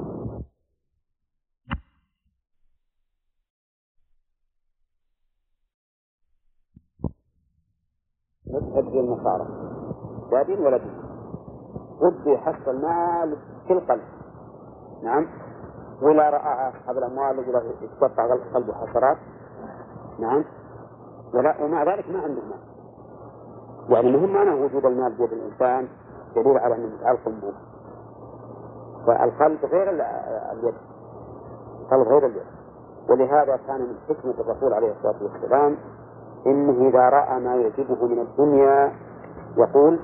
تبدو النصارى لا دين ولا دين، ود يحصل مال في القلب. نعم، ولا رأى أصحاب الأموال يتقطع قلبه حسرات. نعم، ولا ومع ذلك ما عنده مال، يعني مهم معنى وجود المال بيد الإنسان دليل على أنه متعلق به. فالقلب غير اليد، القلب غير اليد. ولهذا كان من حكمة الرسول عليه الصلاة والسلام إنه إذا رأى ما يعجبه من الدنيا يقول: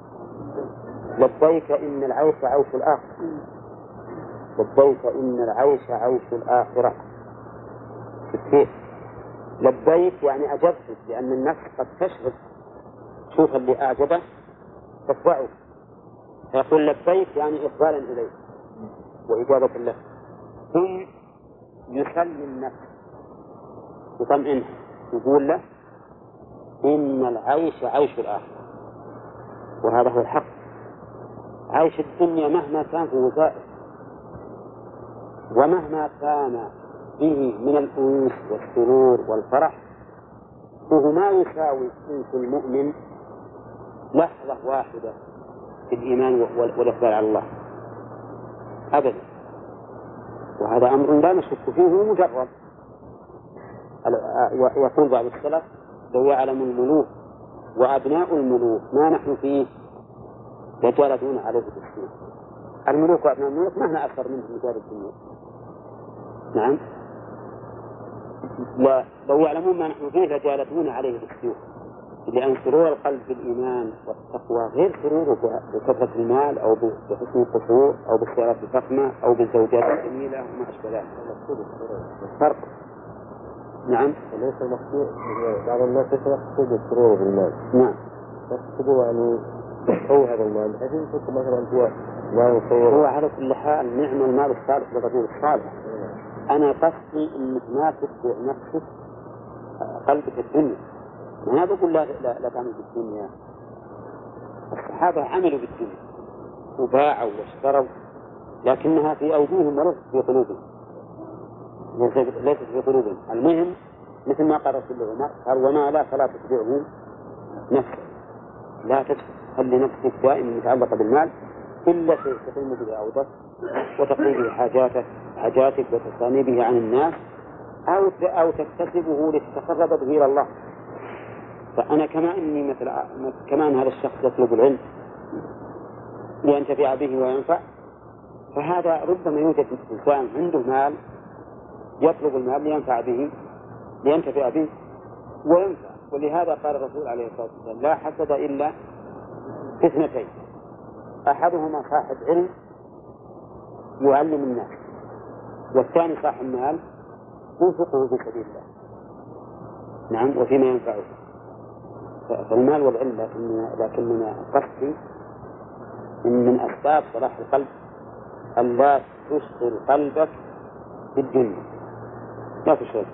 لبيك إن العيش عيش الآخرة، لبيك إن العيش عيش الآخرة. كيف؟ لبيك يعني أجبت، لأن النفس قد تشهد، شوف اللي أعجبه تتبعه، فيقول لبيك يعني إقبالا إليه وإجابة له. ثم يسلي النفس يطمئنها، يقول له إن العيش عيش الآخرة، وهذا هو الحق. عيش الدنيا مهما كان في وسائل ومهما كان به من الأنس والسرور والفرح، فهو ما يساوي أنس المؤمن لحظة واحدة في الإيمان والإقبال على الله أبدا. وهذا أمر لا نشك فيه مجرد. يقول بعض السلف لو يعلم الملوك وأبناء الملوك ما نحن فيه لجلدون عليه بالسيوف. الملوك وأبناء الملوك مهما أكثر منهم رجال الدنيا. نعم، لو يعلمون ما نحن فيه لجلدون عليه بالسيوف، لأن سرور القلب بالإيمان والتقوى غير سروره بكثرة المال أو بحسن القصور أو بالسيارات الفخمة أو بالزوجات الجميلة وما أشبه ذلك. فرق. نعم. وليس المقصود بعض الناس يقصد السرور بالمال. نعم. يقصدوا يعني هو هذا المال بحيث يكون مثلا هو مال خير. هو على كل حال نعم المال الصالح للرجل الصالح. أنا قصدي إنك ما تتبع نفسك قلبك الدنيا. أنا بقول لا لا, لا تعمل بالدنيا. الصحابة عملوا بالدنيا وباعوا واشتروا، لكنها في أوجههم وليست في قلوبهم. ليست في قلوبهم. المهم مثل ما قال رسول الله قال وما لا فلا تتبعه نفسك، لا تخلي نفسك دائما متعلقة بالمال إلا شيء تقوم به عودتك وتقضي به حاجاتك حاجاتك وتستغني به عن الناس أو أو تكتسبه لتتقرب به إلى الله. فأنا كما إني مثل كما أن هذا الشخص يطلب العلم لينتفع به وينفع، فهذا ربما يوجد إنسان عنده مال يطلب المال لينفع به لينتفع به وينفع. ولهذا قال الرسول عليه الصلاة والسلام لا حسد إلا في اثنتين، أحدهما صاحب علم يعلم الناس، والثاني صاحب مال ينفقه في سبيل الله. نعم، وفيما ينفعه. فالمال والعلم لكننا لكننا قصدي إن من أسباب صلاح القلب أن لا تشغل قلبك بالدنيا. لا تشغل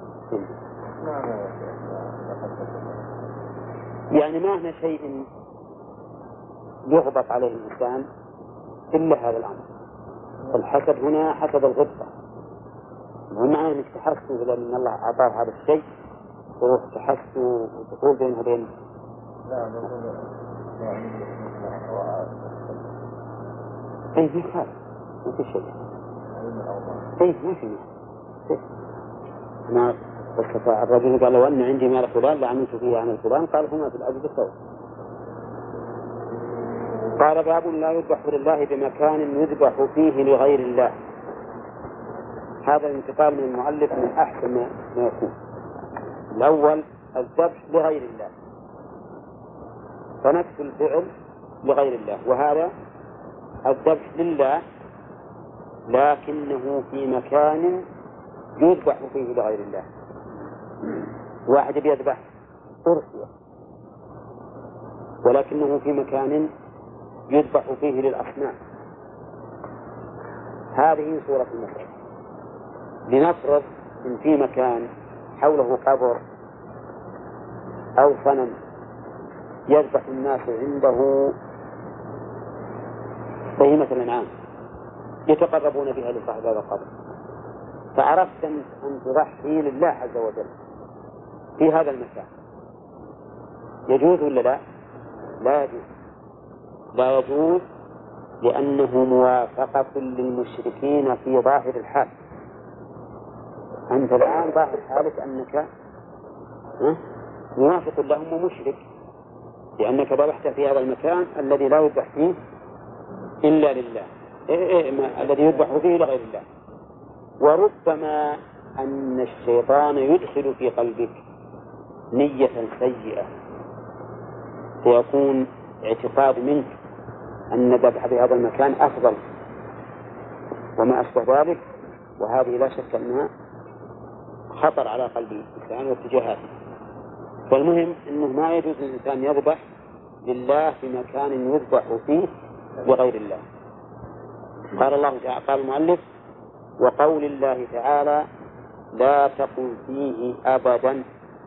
يعني ما هنا شيء يغضب عليه الإنسان إلا هذا الأمر. الحسد هنا حسد الغبطة، ومعنى أنك تحسد لأن الله أعطاه هذا الشيء تروح تحسد وتقول بينه وبين أي ما خالف ما في شيء أي ما في ما بس الرجل قال لو أن عندي مال فلان لعملت فيه عن الفلان قال هما في الأجل الثوب. قال باب لا يذبح لله بمكان يذبح فيه لغير الله. هذا الانتقال من المؤلف من أحسن ما يكون. الأول الذبح لغير الله فنفس الفعل لغير الله، وهذا الذبح لله لكنه في مكان يذبح فيه لغير الله. واحد يذبح أرسية ولكنه في مكان يذبح فيه للأصنام. هذه صورة المثل. لنفرض إن في مكان حوله قبر أو صنم يذبح الناس عنده بهيمة الأنعام يتقربون بها لصاحب هذا القبر، فعرفت أن تضحي لله عز وجل في هذا المكان، يجوز ولا لا؟ لا يجوز. لا يجوز لأنه موافقة للمشركين في ظاهر الحال. أنت الآن ظاهر حالك أنك موافق لهم ومشرك، لأنك ذبحت في هذا المكان الذي لا يذبح فيه إلا لله، إيه إيه ما الذي يذبح فيه لغير الله. وربما أن الشيطان يدخل في قلبك نية سيئة فيكون اعتقاد منك أن الذبح في هذا المكان أفضل وما أشبه ذلك، وهذه لا شك أنها خطر على قلب الإنسان واتجاهاته. فالمهم أنه ما يجوز للإنسان يذبح لله في مكان يذبح فيه لغير الله. قال الله تعالى قال المؤلف وقول الله تعالى لا تقم فيه أبدا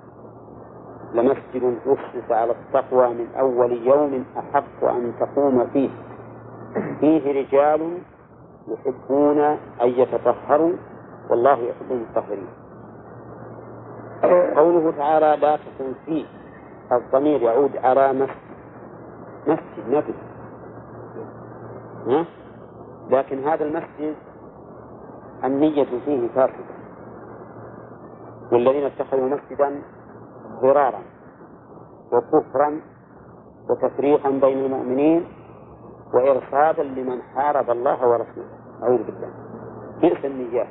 لمسجد أسس على التقوى من أول يوم أحق أن تقوم فيه فيه رجال يحبون أن يتطهروا والله يحب المطهرين. قوله تعالى لا تقم فيه الضمير يعود على مسجد مسجد نفسه، لكن هذا المسجد النية فيه فاسدة، والذين اتخذوا مسجدا ضرارا وكفرا وتفريقا بين المؤمنين وإرصادا لمن حارب الله ورسوله. أعوذ بالله، بئس النيات.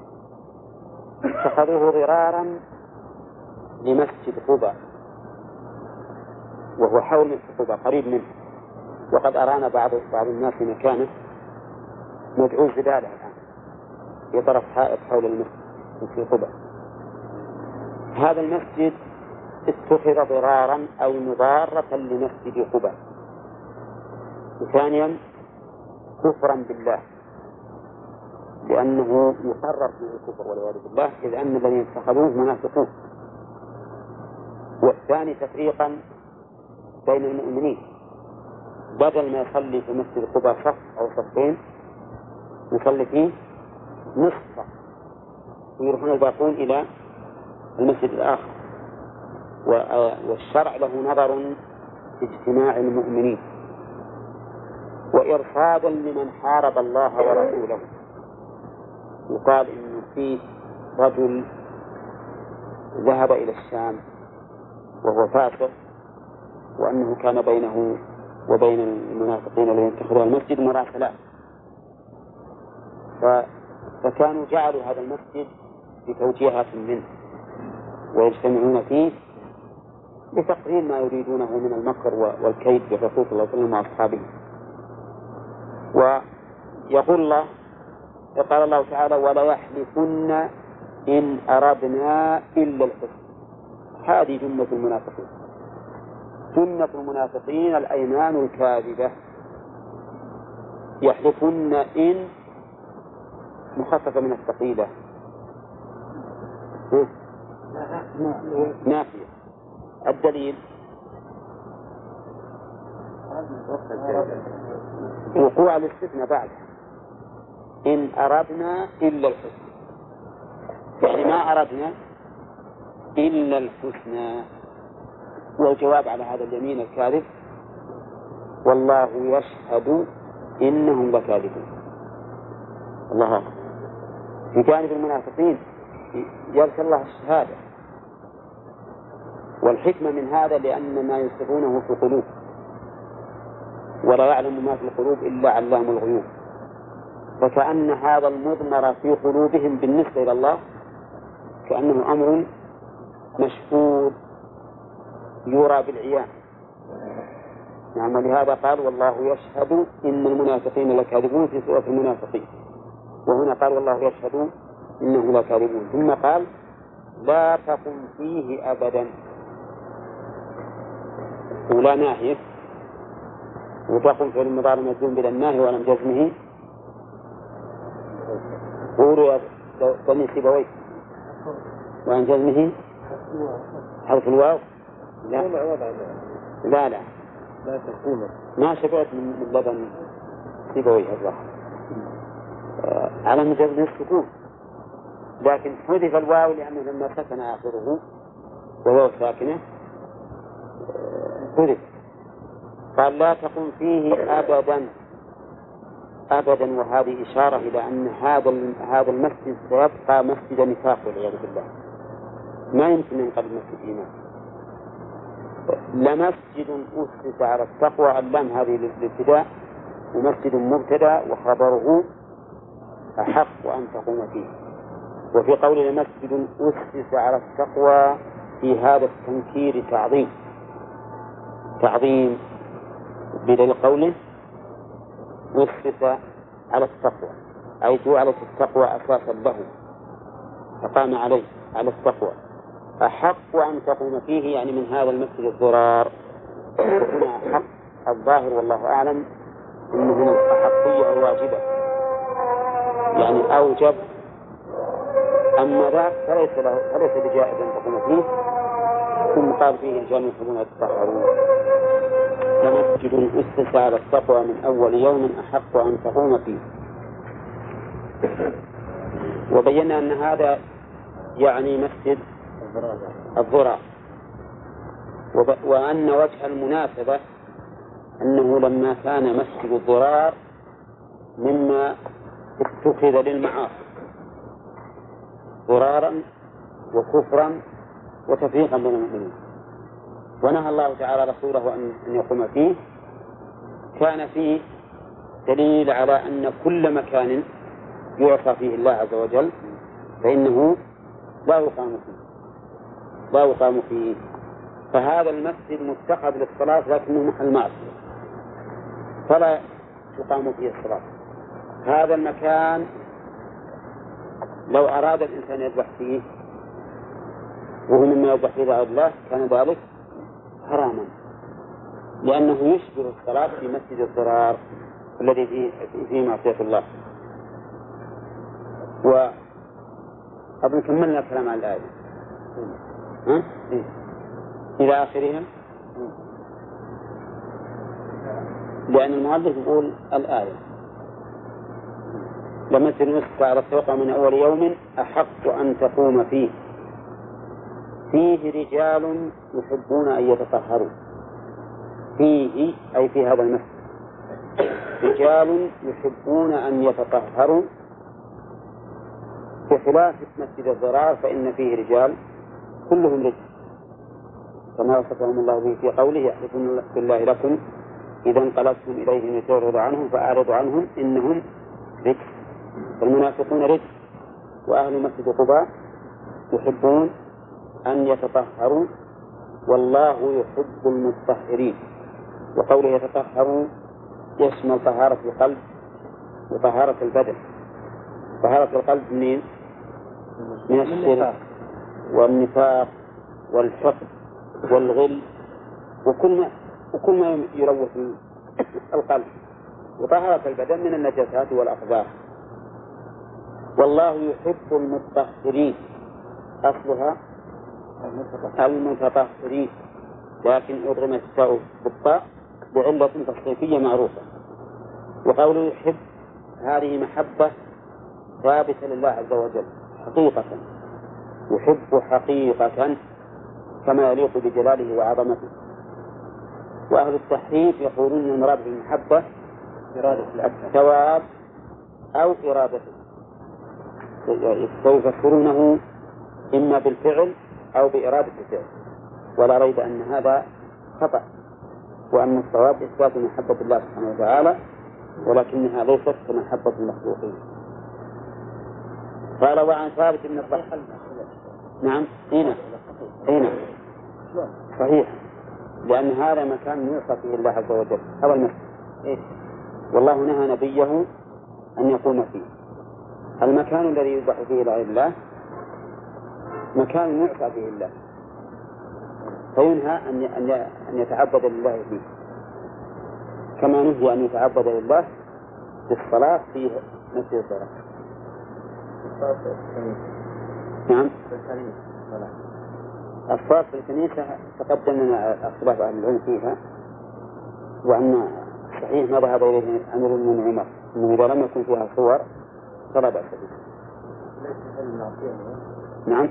اتخذوه ضرارا لمسجد قباء وهو حول مسجد قباء قريب منه، وقد أرانا بعض بعض الناس مكانه مدعو زبالة الآن في طرف حائط حول المسجد في قباء. هذا المسجد اتخذ ضرارا أو مضارة لمسجد قباء. وثانيا كفرا بالله لأنه يقرر فيه الكفر والعياذ بالله، إذ أن الذين اتخذوه منافقون. والثاني تفريقا بين المؤمنين، بدل ما يصلي في مسجد قباء صف أو صفين يصلي فيه نصف صف ويروحون الباقون إلى المسجد الآخر. والشرع له نظر في اجتماع المؤمنين وإرصادا لمن حارب الله ورسوله. يقال إن فيه رجل ذهب إلى الشام وهو فاسق، وأنه كان بينه وبين المنافقين الذين اتخذوا المسجد مراسلات، فكانوا جعلوا هذا المسجد بتوجيهات منه ويجتمعون فيه لتقرير ما يريدونه من المكر والكيد بالرسول صلى الله عليه وسلم وأصحابه. ويقول الله قال الله تعالى ولا يحلفن إن أردنا إلا الحسن. هذه جملة المنافقين، جملة المنافقين الأيمان الكاذبة. يحلفن إن مخففة من الثقيلة نافية. الدليل وقوع الاستثناء بعد إن أردنا إلا الحسنى، يعني ما أردنا إلا الحسنى. والجواب على هذا اليمين الكاذب والله يشهد إنهم لكاذبون. الله أكبر. في جانب المنافقين يرسل الله الشهادة، والحكمة من هذا لأن ما يسرونه في القلوب ولا يعلم ما في القلوب إلا علام الغيوب، فكأن هذا المضمر في قلوبهم بالنسبة إلى الله كأنه أمر مشهود يرى بالعيان. نعم، ولهذا قال والله يشهد إن المنافقين لكاذبون في سورة المنافقين، وهنا قال والله يشهد إنه لكاذبون، ثم قال لا تقم فيه أبدا. ولا ناهية، وتقم في المضارع مجزوم بلا الناهي ولم جزمه. قولوا يا بني سيبويه وعن جزمه حرف الواو. لا لا لا لا تكون ما شبعت من لبن سيبويه الظاهر على مجرد السكون، لكن حذف الواو لأنه لما سكن آخره وهو ساكنة حذف. قال لا تقم فيه أبدا أبدا، وهذه إشارة إلى أن هذا هذا المسجد سيبقى مسجد نفاق والعياذ بالله، ما يمكن أن ينقلب مسجد إيمان. لمسجد أسس على التقوى، اللام هذه للابتداء، ومسجد مبتدأ وخبره أحق أن تقوم فيه. وفي قول مسجد أسس على التقوى في هذا التنكير تعظيم تعظيم بدليل قوله أسس على التقوى، أي جعلت التقوى أساسا له فقام عليه على التقوى. أحق أن تقوم فيه يعني من هذا المسجد الضرار. هنا أحق الظاهر والله أعلم أنه هنا الأحقية الواجبة، يعني أوجب أما ذاك فليس له فليس بجائز أن تقوم فيه، ثم قال فيه رجال يحبون يتطهرون. لمسجد أسس على التقوى من أول يوم أحق أن تقوم فيه. وبينا أن هذا يعني مسجد الضرار، وأن وجه المناسبة أنه لما كان مسجد الضرار مما اتخذ للمعاصي ضرارا وكفرا وتفريقا بين المؤمنين، ونهى الله تعالى رسوله أن يقوم فيه، كان فيه دليل على أن كل مكان يعصى فيه الله عز وجل فإنه لا يقام فيه لا يقام فيه فهذا المسجد متخذ للصلاة لكنه محل معصية فلا تقام فيه الصلاة. هذا المكان لو أراد الإنسان يذبح فيه وهو مما يذبح فيه غير الله كان ذلك حراما، لأنه يشبه الصلاة في مسجد الضرار الذي فيه, فيه معصية الله. وأظن كملنا الكلام عن الآية ها؟ إيه؟ إلى آخرها، لأن المؤلف يقول الآية لمسجد أسس على التقوى من أول يوم أحق أن تقوم فيه فيه رجال يحبون أن يتطهروا. فيه أي في هذا المسجد رجال يحبون أن يتطهروا، بخلاف مسجد الضرار فإن فيه رجال كلهم رجل كما وصفهم الله به في قوله يحلفون بالله لكم إذا انقلبتم إليهم لتعرضوا عنهم فأعرضوا عنهم إنهم رجل. المنافقون رجل، وأهل مسجد قباء يحبون أن يتطهروا والله يحب المتطهرين. وقوله يتطهروا يشمل طهارة القلب وطهارة البدن. طهارة القلب منين؟ من الشرك والنفاق والحقد والغل وكل ما وكل ما يروح القلب، وطهارة البدن من النجاسات والأقذار. والله يحب المتطهرين، أصلها المتطهرين، لكن أضغم التاء بالطاء بعلة تصريفية معروفة. وقوله يحب هذه محبة ثابتة لله عز وجل حقيقة، يحب حقيقة كما يليق بجلاله وعظمته. وأهل التحريف يقولون المراد بالمحبة الثواب أو إرادته، فيفسرونه إما بالفعل أو بإرادة الفعل، ولا ريب أن هذا خطأ، وأن الصواب إثبات محبة الله سبحانه وتعالى ولكنها ليست كمحبة المخلوقين. قال وعن ثابت بن الضحاك نعم هنا هنا صحيح، لأن هذا مكان يوصى فيه الله عز وجل هذا المسجد، والله نهى نبيه أن يقوم فيه. المكان الذي يذبح فيه لغير الله مكان يعصى فيه الله، فينهى أن يتعبد لله فيه، كما نهي أن يتعبد لله بالصلاة في مسجد الصلاة. نعم الصلاة في الكنيسة تقدم لنا اختلاف أهل العلم فيها، وأن صحيح ما ذهب إليه أمير المؤمنين عمر أنه إذا لم يكن فيها صور فلا بأس بها. نعم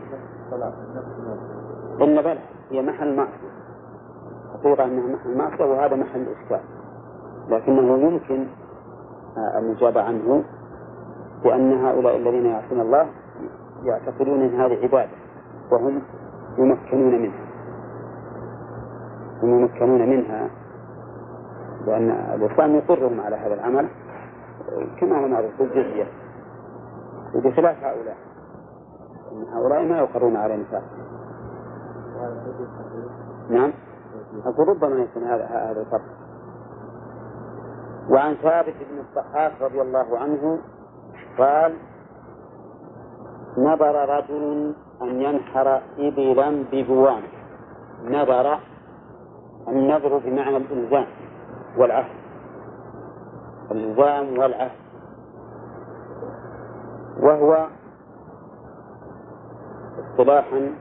إن بل هي محل معصية حقيقة أنها محل معصية، وهذا محل إشكال، لكنه يمكن الإجابة عنه لأن هؤلاء الذين يعصون الله يعتقدون أن هذه عبادة وهم يمكنون منها هم يمكنون منها لأن الإسلام يقرهم على هذا العمل كما هو معروف بالجزية، وبخلاف هؤلاء إن هؤلاء ما يقرون على نفاق. نعم أقول ربما يكون هذا هذا الفرق. وعن ثابت بن الضحاك رضي الله عنه قال نظر رجل أن ينحر إبلا ببوان. نظر النظر بمعنى الإلزام والعهد، الإلزام والعهد، وهو اصطلاحا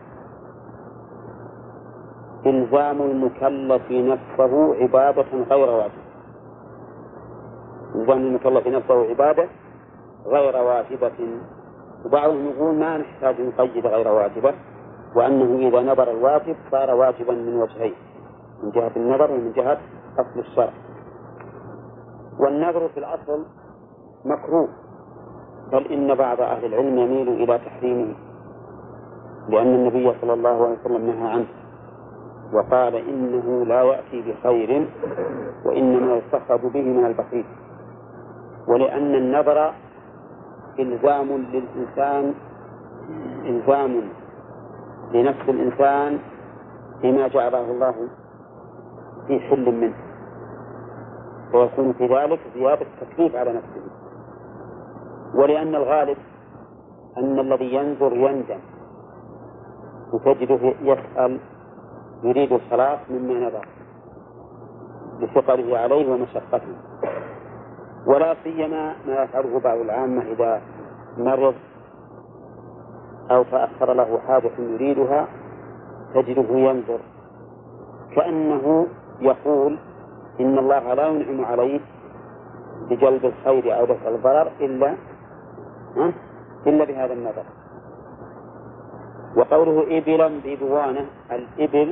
إلزام المكلف نفسه عبادة غير واجبة. إلزام المكلف نفسه عبادة غير واجبة. وبعضهم يقول ما نحتاج نقيد غير واجبة، وأنه إذا نظر الواجب صار واجبا من وجهين، من جهة النظر ومن جهة أصل الشرع. والنظر في الأصل مكروه، بل إن بعض أهل العلم يميل إلى تحريمه، لأن النبي صلى الله عليه وسلم نهى عنه وقال إنه لا يأتي بخير وإنما يستخرج به من البخيل. ولأن النظر إلزام للإنسان، إلزام لنفس الإنسان بما جعله الله في حل منه، ويكون في ذلك زيادة تكليف على نفسه. ولأن الغالب أن الذي ينظر يندم، وتجده يسأل يريد الخلاص مما نظر لثقله عليه ومشقته. ولا سيما ما يفعله بعض العامة إذا مرض أو تأخر له حاجة يريدها، تجده ينظر كأنه يقول إن الله لا ينعم عليه بجلب الخير أو دفع الضرر إلا إلا بهذا النظر. وقوله إبلا ببوانة، الإبل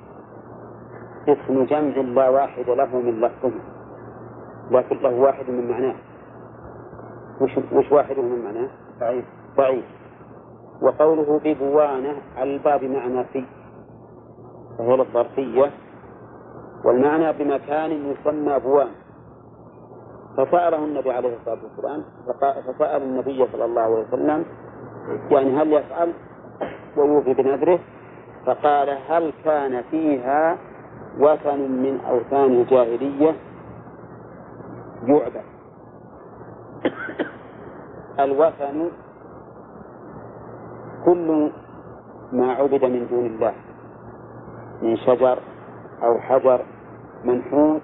اسم جمع لا واحد له من لفظه، لكن له واحد من معناه. وش, وش واحده من معناه؟ ضعيف ضعيف. وقوله ببوانة الباء بمعنى في، فهي الظرفية، والمعنى بمكان يسمى بوان. فسأله النبي عليه الصلاة والسلام، فسأل النبي صلى الله عليه وسلم يعني هل يفعل ويوفي بنذره؟ فقال هل كان فيها وثن من أوثان الجاهلية يعبد؟ الوثن كل ما عبد من دون الله من شجر أو حجر منحوت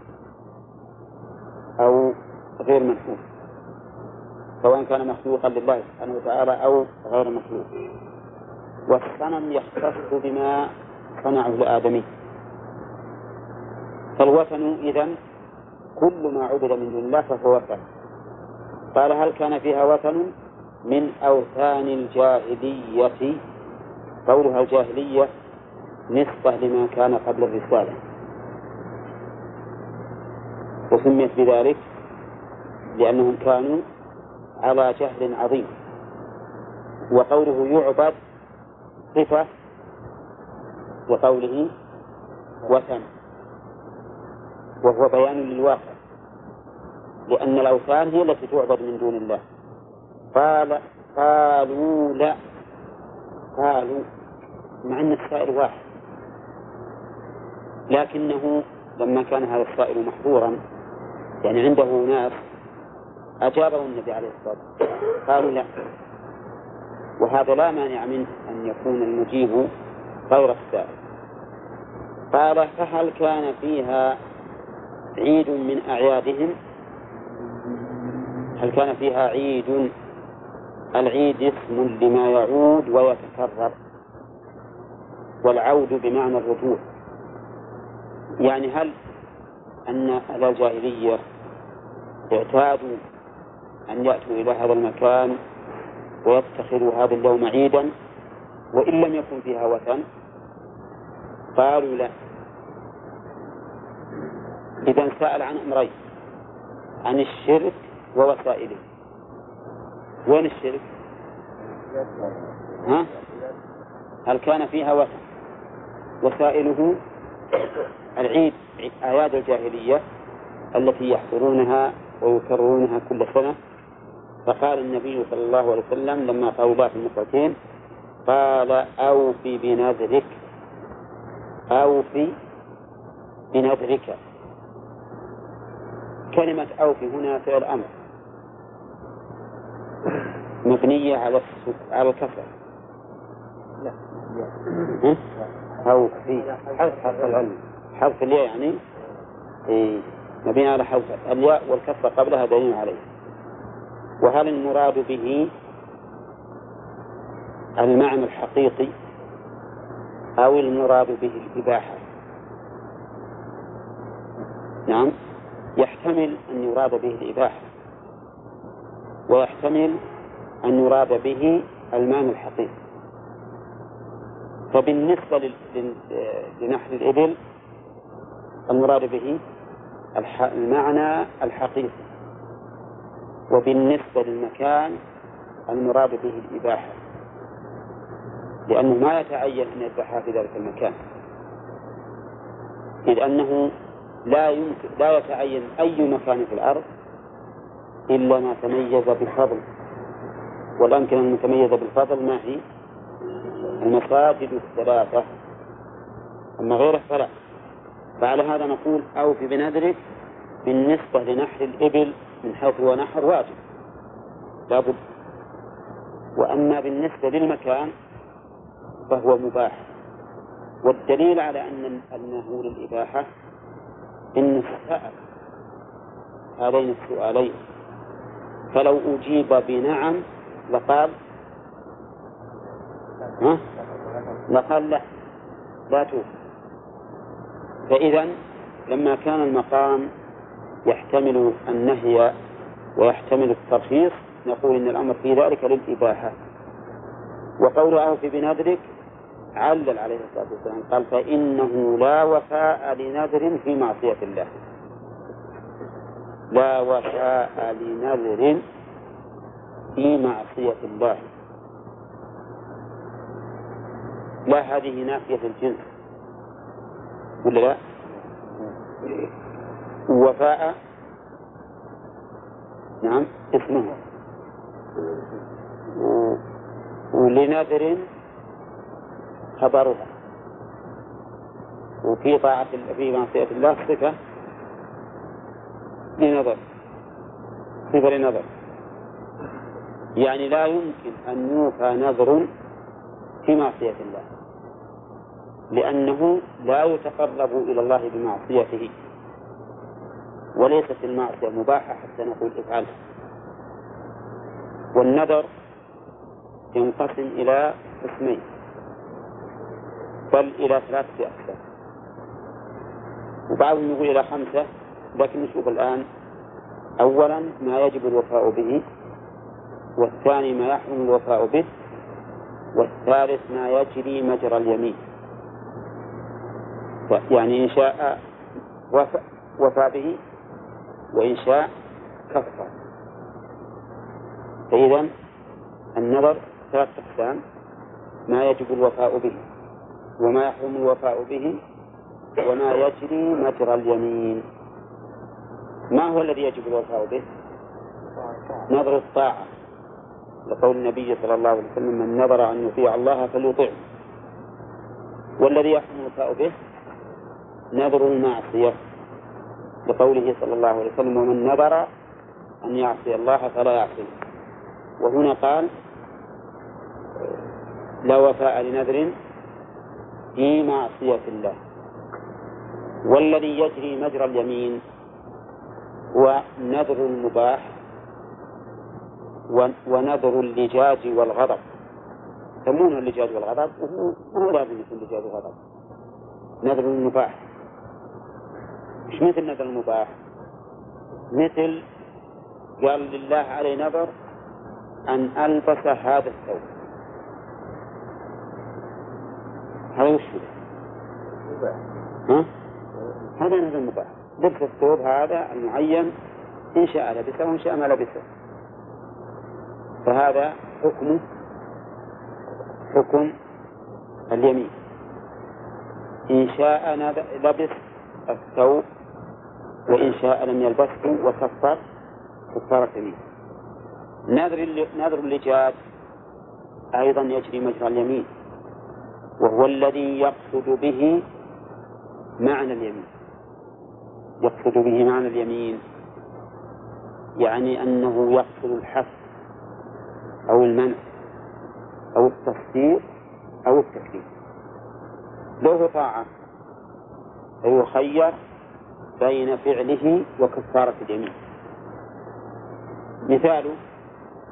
أو غير منحوت، سواء كان مخلوقا لله سبحانه وتعالى أو غير مخلوق. والصنم يختص بما صنعه لآدمي. فالوثن إذن كل ما عبد من دون الله فهو وثن. قال هل كان فيها وثن من أوثان الجاهلية؟ قولها الجاهلية نسبة لما كان قبل الرسالة، وسميت بذلك لأنهم كانوا على جهل عظيم. وقوله يعبد صفة، وقوله وثن وهو بيان للواقع، لأن الأوثان هي التي تعبد من دون الله. قال قالوا لا، قالوا مع أن السائل واحد، لكنه لما كان هذا السائل محظورا يعني عنده ناس أجابه النبي عليه الصلاة والسلام قالوا لا، وهذا لا مانع منه أن يكون المجيب غير السائل. قال فهل كان فيها عيد من أعيادهم؟ هل كان فيها عيد؟ العيد اسم لما يعود ويتكرر، والعود بمعنى الرجوع. يعني هل أن أهل الجاهلية اعتادوا أن يأتوا إلى هذا المكان ويتخذوا هذا اليوم عيدا وإن لم يكن فيها وثن؟ قالوا لا. إذن سأل عن أمرين، عن الشرك ووسائله. وين الشرك؟ ها؟ هل كان فيها وثن؟ وسائله العيد، أعياد الجاهلية التي يحضرونها ويكررونها كل سنة. فقال النبي صلى الله عليه وسلم لما قالوا لا في المقرتين قال أوفي بنذرك، أوفي بنذرك. كلمة أوفي هنا فعل أمر مبنية على على الكسر. لا أوفي حذف حرف العلم، حذف الياء يعني إيه مبنية على حذف الياء والكسر قبلها دليل عليه. وهل المراد به المعنى الحقيقي أو المراد به الإباحة. نعم، يحتمل أن يراد به الإباحة، ويحتمل أن يراد به المعنى الحقيقي. فبالنسبة لنحل الإبل المراد به المعنى الحقيقي، وبالنسبة للمكان المراد به الإباحة، لأنه ما يتعين أن يذبحها في ذلك المكان، إذ أنه لا يمكن لا يتعين أي مكان في الأرض إلا ما تميز بالفضل، والأمكنة المتميزة بالفضل ما هي؟ المساجد الثلاثة، أما غيره فلا. فعلى هذا نقول أوفي بنذرك بالنسبة لنحر الإبل من حيث هو نحر واجب لا بد، وأما بالنسبة للمكان فهو مباح. والدليل على أن أنه للإباحة إن سأل هذين السؤالين، فلو أجيب بنعم لقال ها؟ لقال لا لا توفي. فإذا لما كان المقام يحتمل النهي ويحتمل الترخيص نقول إن الأمر في ذلك للإباحة. وقوله أوفي بنذرك علل عليه الصلاة والسلام قال فإنه لا وفاء لنذر في معصية الله، لا وفاء لنذر في معصية الله. لا هذه نافية الجنس ولا لا؟ وفاء نعم اسمه، ولنذر خبرها، وفي طاعة في معصية الله صفة لنذر صفة لنذر، يعني لا يمكن أن يوفى نذر في معصية الله، لأنه لا يتقرب إلى الله بمعصيته، وليست المعصية مباحة حتى نقول افعلها. والنذر ينقسم إلى قسمين بل إلى ثلاثة أقسام، وبعضهم يقول إلى خمسة، لكن نشوف الآن. أولا ما يجب الوفاء به، والثاني ما يحرم الوفاء به، والثالث ما يجري مجرى اليمين، يعني إن شاء وفى, وفى به وإن شاء كفر. فإذا النذر ثلاث أقسام: ما يجب الوفاء به، وما يحرم الوفاء به، وما يجري مجرى اليمين. ما هو الذي يجب الوفاء به؟ نذر الطاعة، لقول النبي صلى الله عليه وسلم: من نذر أن يطيع الله فليطيعه. والذي يحرم الوفاء به نذر المعصية، لقوله صلى الله عليه وسلم: ومن نذر أن يعصي الله فلا يعصيه. وهنا قال: لا وفاء لنذر في معصية الله. والذي يجري مجرى اليمين هو نذر المباح ونذر اللجاج والغضب. يسمونه اللجاج والغضب، وهو ما لازم يكون لجاج وغضب. نذر المباح مش مثل نذر المباح، مثل قال: لله علي نذر أن ألبس هذا الثوب. هذا وش هو؟ ها؟ هذا نذر المباح، لبس الثوب هذا المعين، إن شاء لبسه وإن شاء ما لبسه. فهذا حكمه حكم اليمين، إن شاء لبس الثوب وإن شاء لم يلبسه وكفر كفارة يمين. نذر نذر اللجاج أيضا يجري مجرى اليمين، وهو الذي يقصد به معنى اليمين. يقصد به معنى اليمين يعني أنه يقصد الحث أو المنع أو التصديق أو التكليف. له طاعة فيخير بين فعله وكفارة اليمين. مثاله: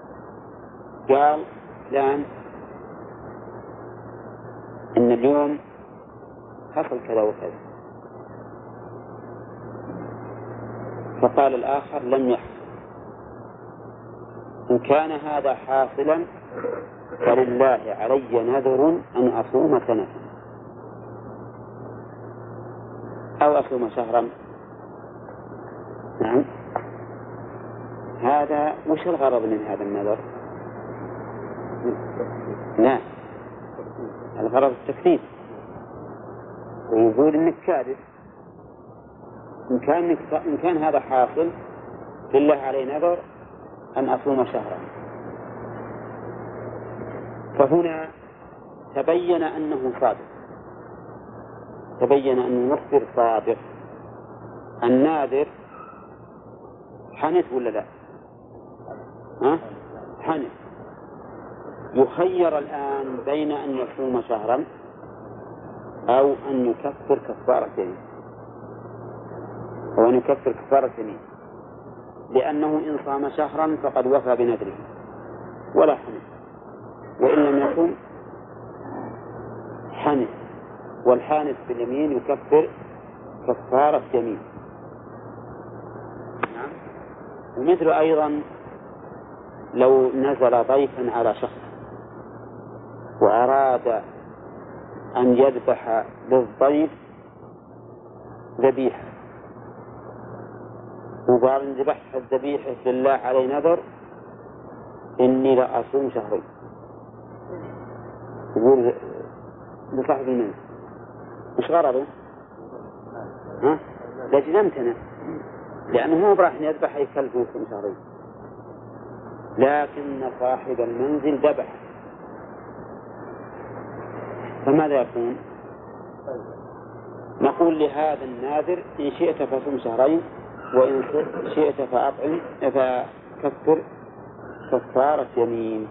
قال فلان إن اليوم حصل كذا وكذا. فقال الآخر لم يحصل. إن كان هذا حاصلا فلله علي نذر أن أصوم سنة أو أصوم شهرا. نعم. هذا وش الغرض من هذا النذر؟ لا، الغرض التكذيب، ويقول إنك كاذب. إن كان إن كان هذا حاصل لله علي نذر أن أصوم شهرا. فهنا تبين أنه صادق، تبين أن المخبر صادق. الناذر حنث ولا لا؟ ها؟ حنث. يخير الآن بين أن يصوم شهرا أو أن يكفر كفارة يمين، أو أن يكفر كفارة يمين، لأنه إن صام شهرا فقد وفى بنذره ولا حنث، وإن لم يصم حنث، والحانث باليمين يكفر كفارة يمين. نعم. ومثل أيضا لو نزل ضيفا على شخص وأراد أن يذبح للضيف ذبيحة، وقال إن ذبحت الذبيحة لله علي نذر إني لا أصوم شهرين، يقول لصاحب المنزل مش غرضه؟ ها؟ لكن امتنع، لأنه هو راح يذبح يكلف يصوم شهرين، لكن صاحب المنزل ذبح، فماذا يكون؟ نقول لهذا الناذر إن شئت فصوم شهرين، وإن شئت فأطعم فكفر كفارة يمين.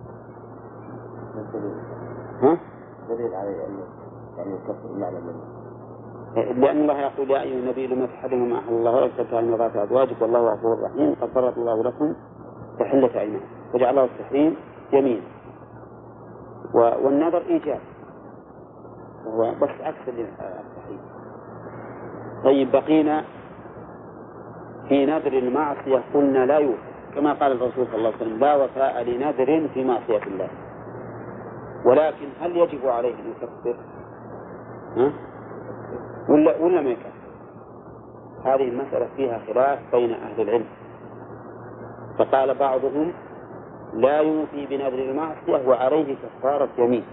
ها؟ دليل على أن يعني يكفر المعنى منه. لأن الله يقول يا أيها النبي لما تحرم ما أحل الله لك تبتغي مرضات أزواجك والله غفور رحيم قد فرض الله لكم تحلة أيمانكم وجعل الله التحريم يمين، والنذر إيجاب، وهو بس عكس التحريم. طيب بقينا في نذر المعصية قلنا لا يوفى، كما قال الرسول صلى الله عليه وسلم لا وفاء لنذر في معصية الله. ولكن هل يجب عليه أن يكفر؟ ها؟ ولا ولا ما يكفر؟ هذه المسألة فيها خلاف بين أهل العلم. فقال بعضهم لا يوفي بنذر المعصية وعليه كفارة يمين،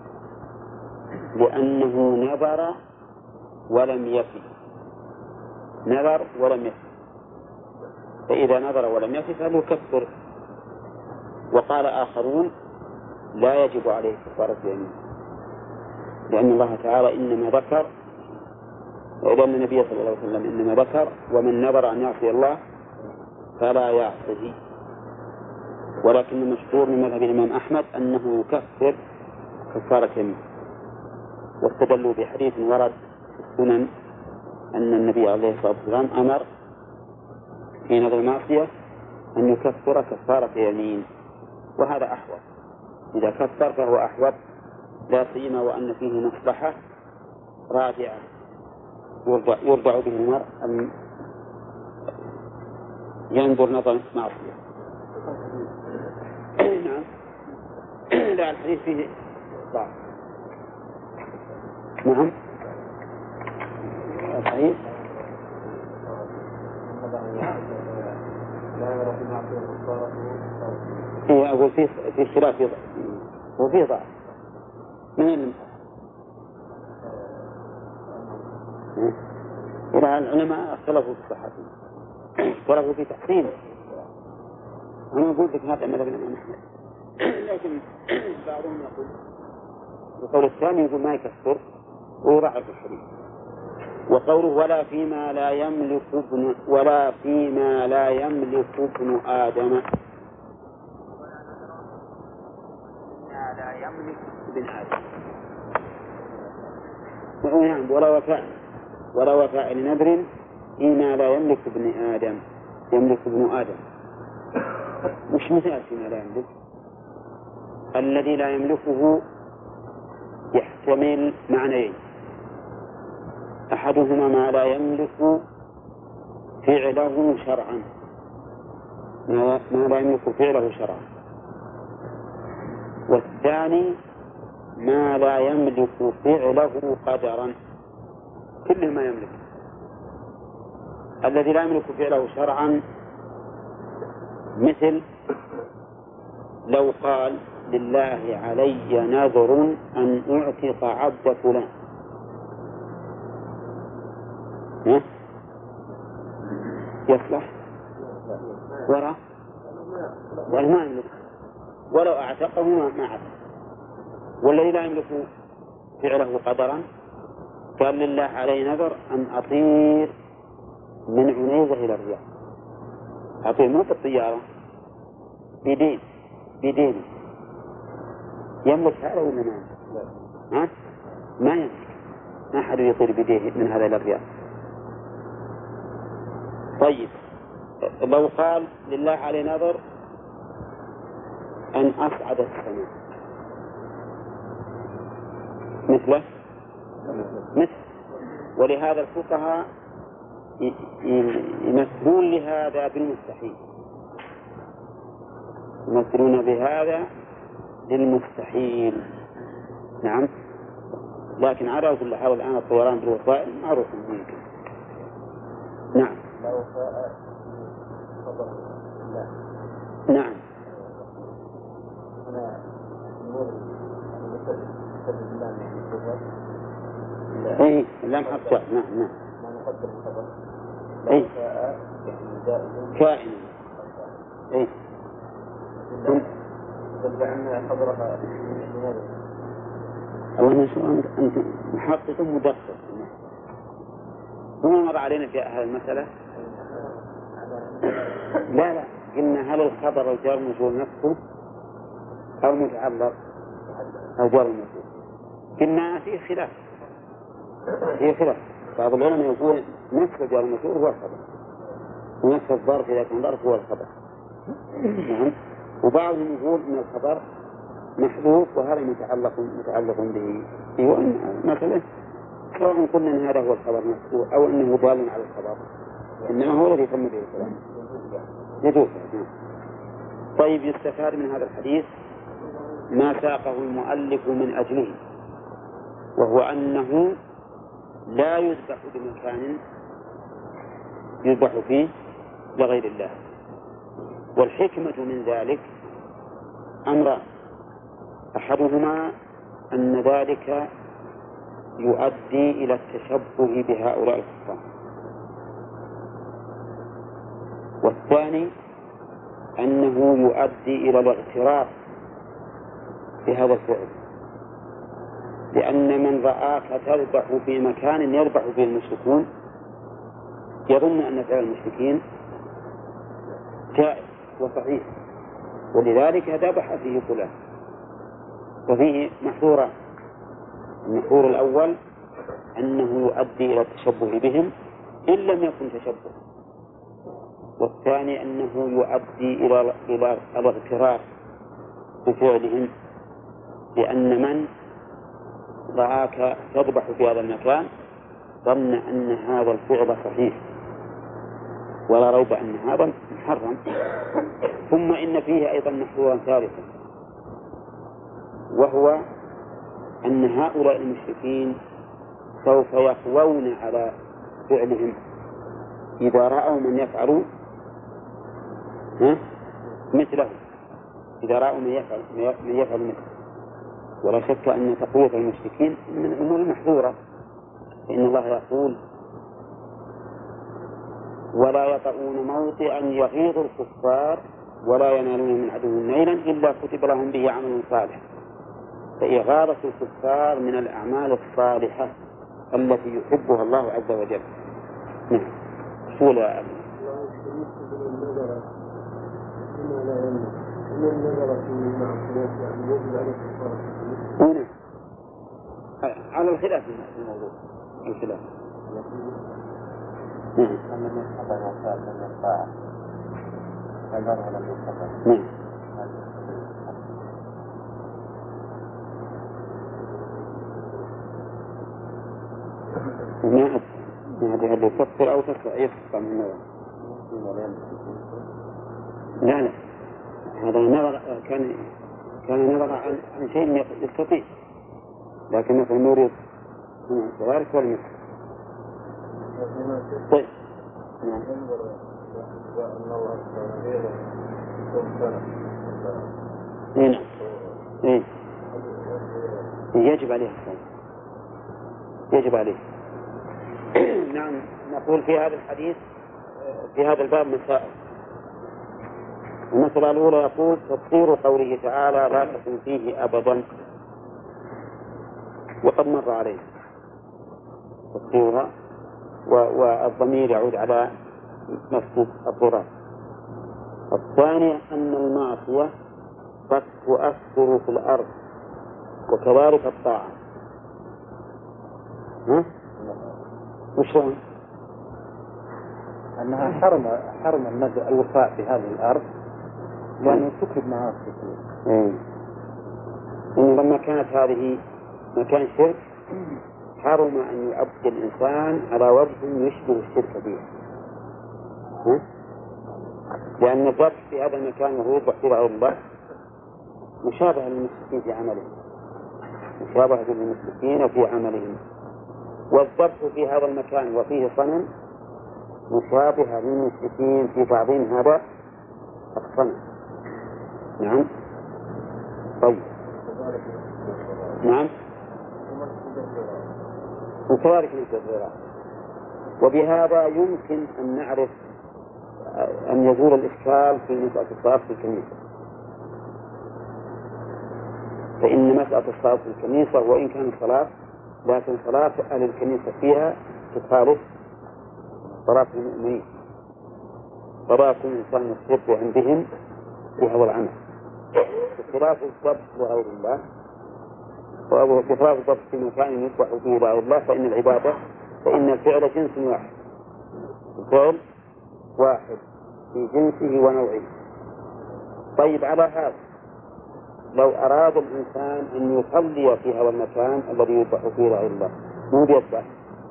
لأنه نذر ولم يفي، نذر ولم يفي، فإذا نذر ولم يفي فهو يكفر. وقال آخرون لا يجب عليه كفارة يمين، لأن الله تعالى إنما ذكر، لأن النبي صلى الله عليه وسلم إنما ذكر ومن نذر أن يعصي الله فلا يعصيه. ولكن المشهور من مذهب الإمام أحمد أنه يكفر كفارة يمين، واستدلوا بحديث ورد في السنن أن النبي عليه الصلاة والسلام أمر في نذر المعصية أن يكفر كفارة يمين، وهذا أحوط. إذا كفر فهو أحوط، لا سيما وأن فيه مصلحة راجعة يرجع, يرجع به المرء أن ينظر نظر معصية. نعم. لا الحديث فيه ضعف. نعم صحيح. إيه أقول في في خلاف وفي ضعف. من المصح؟ إلى العلماء اختلفوا في صحته، اختلفوا في تحسينه. أنا أقول لك هذا مذهب الإمام أحمد، لكن بعضهم يقول القول الثاني يقول ما يكفر ويضعف الحديث. وقوله ولا فيما لا يملك ابن ولا فيما لا يملك ابن آدم، فيما لا يملك ابن آدم نعم، ولا وفاء ولا وفاء لنذر فيما لا يملك ابن آدم، يملك ابن آدم مش مثال فيما لا يملك. الذي لا يملكه يحتمل معنيين، أحدهما ما لا يملك فعله شرعا، ما لا يملك فعله شرعا، والثاني ما لا يملك فعله قدرا. كل ما يملك. الذي لا يملك فعله شرعا مثل لو قال لله علي نذر أن أعتق عبد فلان، يصلح وراء وما يملك، ولو أعتقه ما عتق. والذي لا يملك فعله قدرا قال لله علي نذر أن أطير من عنيزة إلى الرياض، أطير مو بالطيارة، بدين بدين يملك هذا ولا ما يملك؟ ها؟ ما يملك، ما أحد يطير بديه من هذا إلى الرياض. طيب لو قال لله علي نذر أن أصعد السماء مثله مثل، ولهذا الفقهاء يمثلون لهذا بالمستحيل، يمثلون بهذا للمستحيل. نعم، لكن على كل حال الآن الطيران بالوسائل معروف ممكن. نعم نعم اي لم حرف نعم نعم اي كائن اي جعلنا خبرها الله ما شاء الله أنت محقق مدقق. هو مر علينا في هذه المسألة؟ لا لا قلنا هل الخبر الجار المجهول نفسه أو متعلق أو جار المجهول؟ قلنا فيه خلاف، فيه خلاف. بعض العلماء يقول نفس الجار المجهول هو الخبر، ونفس الظرف إذا كان ظرف هو الخبر. نعم. وبعضهم يقول إن الخبر محذوف وهذا متعلق متعلق به، مثلا سواء قلنا ان هذا هو الخبر نفسه او انه دال على الخبر، انما هو الذي تم به الكلام. يجوز. طيب يستفاد من هذا الحديث ما ساقه المؤلف من اجله، وهو انه لا يذبح بمكان يذبح فيه لغير الله. والحكمة من ذلك أمران: أحدهما أن ذلك يؤدي إلى التشبه بهؤلاء الكفار، والثاني أنه يؤدي إلى الاغترار بهذا الفعل، لأن من رآك تذبح في مكان يذبح فيه المشركون يظن أن فعل المشركين جائز وصحيح، ولذلك ذبح فيه فلان. وفيه محظوران: المحظور الأول أنه يؤدي إلى التشبه بهم إن لم يكن تشبه، والثاني أنه يؤدي إلى إلى الاغترار بفعلهم، لأن من رآك تذبح في هذا المكان ظن أن هذا الفعل صحيح ولا ريب أن هذا محرم. ثم إن فيه أيضا محظورا ثالثا، وهو أن هؤلاء المشركين سوف يقوون على فعلهم إذا رأوا من يفعل مثله، إذا رأوا من يفعل من يفعل مثله. ولا شك أن تقوية المشركين من الأمور المحظورة، فإن الله يقول: ولا يطؤون موطئا يغيظ الكفار ولا ينالون من عدو نيلا إلا كتب لهم به عمل صالح. فإغاظة الكفار من الأعمال الصالحة التي يحبها الله عز وجل. نعم. شو لا أعلم. هنا على الخلاف في الموضوع، الخلاف. نعم. نعم. ما ما أدري هل يفسر أو يفسر من لا لا هذا نظر كان كان نظر عن عن شيء يستطيع، لكن مثل المورد من الصغار والمثل. طيب نعم. إيه إيه يجب عليه الصوم، يجب عليه. نعم. نقول في هذا الحديث في هذا الباب مسائل. المسألة الأولى يقول تفسير قوله تعالى لا تكن فيه أبدا، وقد مر عليه تفسيرها، والضمير يعود على نفس الضرر. الثانية أن المعصية قد تؤثر في الأرض وكذلك الطاعة. ها؟ وشلون؟ أنها حرم حرم الوفاء في هذه الأرض لأنه تكتب معاصي كثير. إيه. إن لما كانت هذه مكان شرك حرم أن يعبد الإنسان على وجه يشبه الشرك به، ها؟ لأن الذبح في هذا المكان وهو يذبح في غير الله مشابه للمشركين في عملهم، مشابه للمشركين في عملهم. والذبح في هذا المكان وفيه صنم مشابه للمشركين في بعضهم هذا الصنم. نعم. طيب نعم. وكذلك مثل الزراعة. وبهذا يمكن أن نعرف أن يزول الإشكال في مسألة الصلاة في الكنيسة. فإن مسألة الصلاة في الكنيسة وإن كان صلاة، لكن صلاة أهل الكنيسة فيها تخالف صلاة المؤمنين، صلاة الإنسان يصير عندهم في هذا العمل بخلاف الضبط لغير الله، وبخلاف الضبط في مكان يذبح فيه لغير الله. فإن العبادة فإن الفعل جنس واحد، الفعل واحد في جنسه ونوعه. طيب على هذا لو أراد الإنسان أن يصلي في هذا المكان الذي يذبح فيه لغير الله مو بيذبح،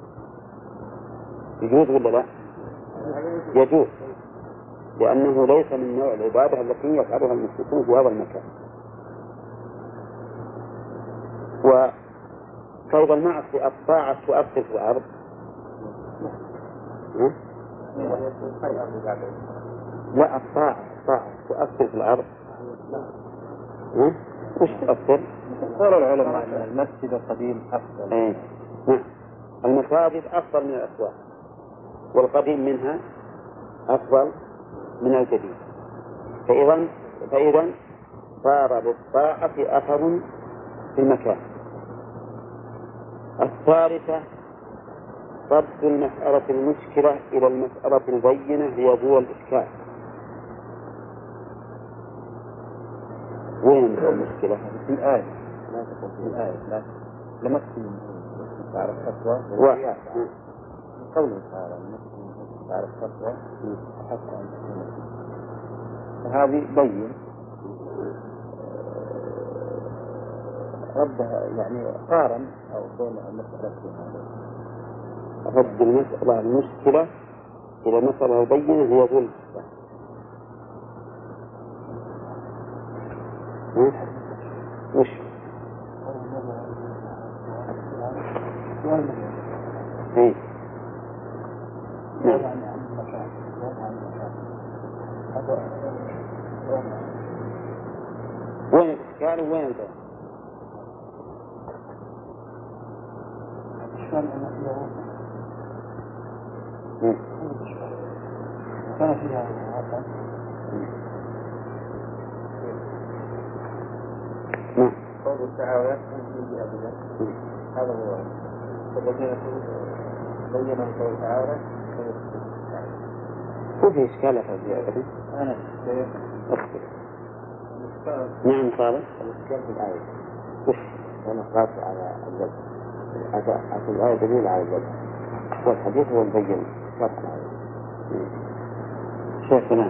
يجوز ولا لا؟ يجوز، لأنه ليس من نوع العبادة التي يفعلها المشركون في هذا المكان. وطيب المعصية الطاعة تؤثر في الأرض؟ لا، الطاعة الطاعة تؤثر في الأرض. وش تؤثر؟ قال العلماء أن المسجد القديم أفضل. إيه. المساجد أفضل من الأسواق، والقديم منها أفضل من الجديد. فإذا فإذا صار للطاعة أثر في المكان. الثالثة رد المسألة المشكلة إلى المسألة البينة ليزول الإشكال. وين المشكلة؟ في الآية لا تقول في الآية لا لمسكن تعرف خطوة واحد قوله تعالى لمسكن تعرف خطوة حتى أن تكون فهذه بين ردها يعني قارن أو بين المسألة رد المسألة المشكلة إلى مسألة بينة هي ذل وش ايه نعم. وين الإشكال وين البيان؟ الإشكال أنه كان فيها هذا نعم. قول التعاون هذا هو الذين بينوا قول التعاون. وفي إشكال يا أخي أنا أخبر. نعم صالح. الإشكال في الآية وش؟ أنا قرأت على الجلد أتى الآية دليل على الجلد والحديث هو مبين شرح الآية. شيخنا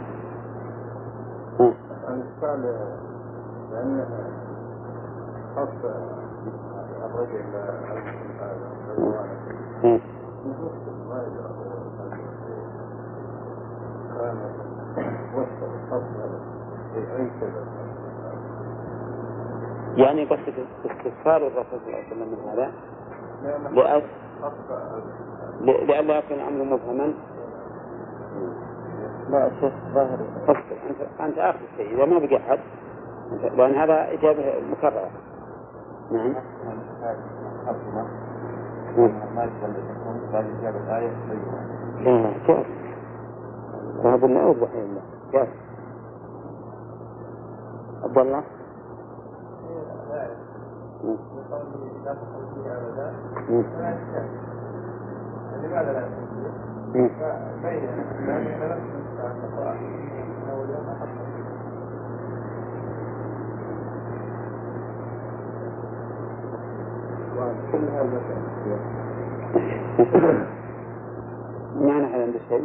الإشكال لأن خاص الرجل يعني قصة استفسار الرسول صلى الله عليه وسلم من هذا لئلا يكون الأمر مبهما. لا شيخ ظاهر أصبر أنت أنت آخر شيء إذا ما بقي أحد لأن هذا إجابة مكررة. نعم. ما يقول هذه إجابة آية. لا جاء. هذا لا أوضح إلا جاء. عبد الله. لماذا لا تنزل؟ فبين لأن نفس القرآن أول يوم أحد وكل هذا ما نحن عند شيء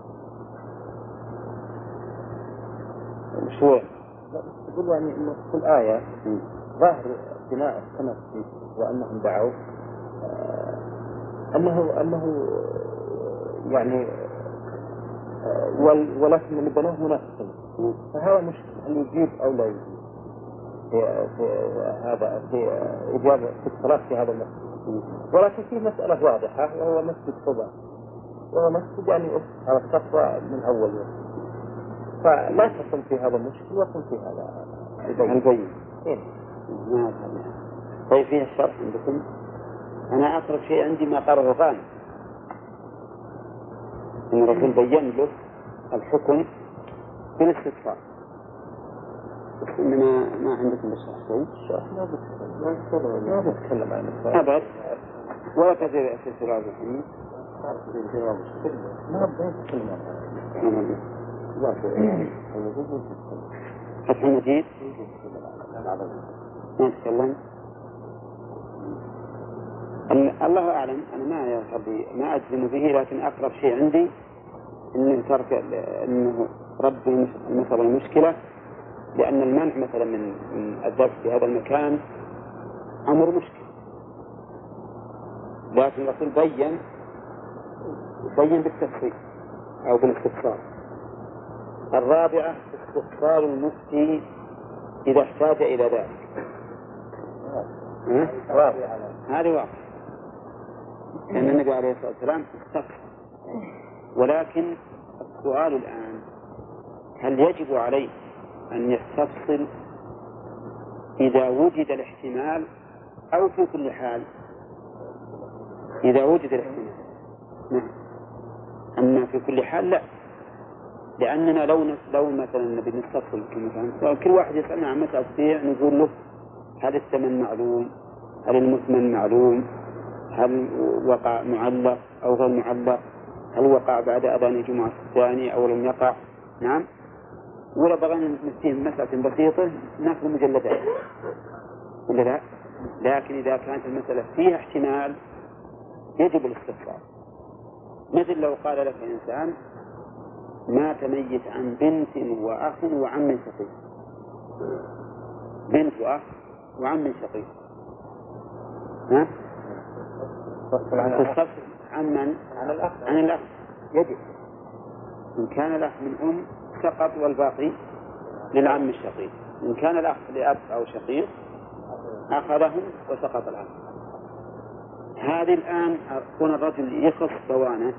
مشروع. تقول يعني إنه في الآية ظاهر بناء التنفي وأنهم دعوا أنه أنه يعني ولكن اللي بنوه منافق، فهذا مشكلة هل يجيب أو لا يجيب في, في هذا في إجابة في الصلاة في هذا المسجد. ولكن في مسألة واضحة وهو مسجد قباء، وهو مسجد يعني على التقوى من أول يوم، فلا تكون في هذا المشكل ويكون في هذا البين. طيب فيه الشرح عندكم؟ أنا أقرب شيء عندي ما قاله غانم إن الرسول بيّن له الحكم بالاستفسار، إنما ما عندكم بالشرح شيء. الشرح ما بتكلم ما بتكلم عن الصلاة أبد ولا كثير في السراج الحين ما بتكلم عنها. لا فتح المجيد ما تكلم. الله أعلم، أنا ما يرغب ما أجزم به، لكن أقرب شيء عندي إنه ترك إنه رد مثل المشكلة، لأن المنع مثلا من الدرس في هذا المكان أمر مشكل، لكن الرسول بين بين بالتفصيل أو بالاستفسار. الرابعة استفسار المفتي إذا احتاج إلى ذلك. هذه واضحة، لأن النبي عليه الصلاة والسلام استفسر. ولكن السؤال الآن هل يجب عليه أن يستفصل إذا وجد الاحتمال أو في كل حال؟ إذا وجد الاحتمال نعم، أما في كل حال لا، لأننا لو لو مثلا نبي نستفصل كل كل واحد يسألنا عن مسألة بيع نقول له هل الثمن معلوم، هل المثمن معلوم، هل وقع معلق أو غير معلق، هل وقع بعد أذان الجمعة الثاني أو لم يقع. نعم. ولا بغينا نفتهم مسألة بسيطة ناخذ مجلدات ولا لا؟ لكن إذا كانت المسألة فيها احتمال يجب الاستفسار. مثل لو قال لك إنسان ما تميت عن بنت وأخ وعم شقيق، بنت وأخ وعم شقيق، ها؟ تستفسر عن من؟ عن الأخ. عن الأخ يجب. إن كان الأخ من أم سقط والباقي للعم الشقيق، إن كان الأخ لأب أو شقيق أخذهم وسقط العم. هذه الآن كون الرجل يخص بوانه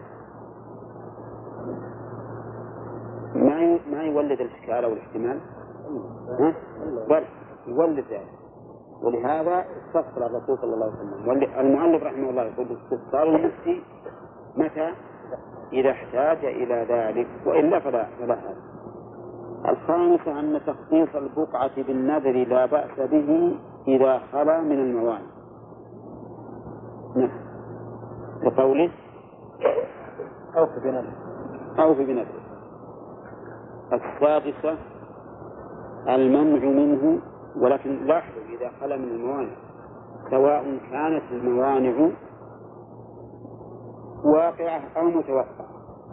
ما ما يولد الإشكال أو الاحتمال، ها؟ بل يولد ذلك. ولهذا استفسر الرسول صلى الله عليه وسلم. المؤلف رحمه الله يقول استفسار المفتي متى؟ إذا احتاج إلى ذلك، وإلا فلا فلا هذا. الخامسة أن تخصيص البقعة بالنذر لا بأس به إذا خلا من الموانع. نعم. لقوله أو في بنذر أو في بنذر. السادسة المنع منه، ولكن لاحظوا إذا خلا من الموانع، سواء كانت الموانع واقعة أو متوقعة.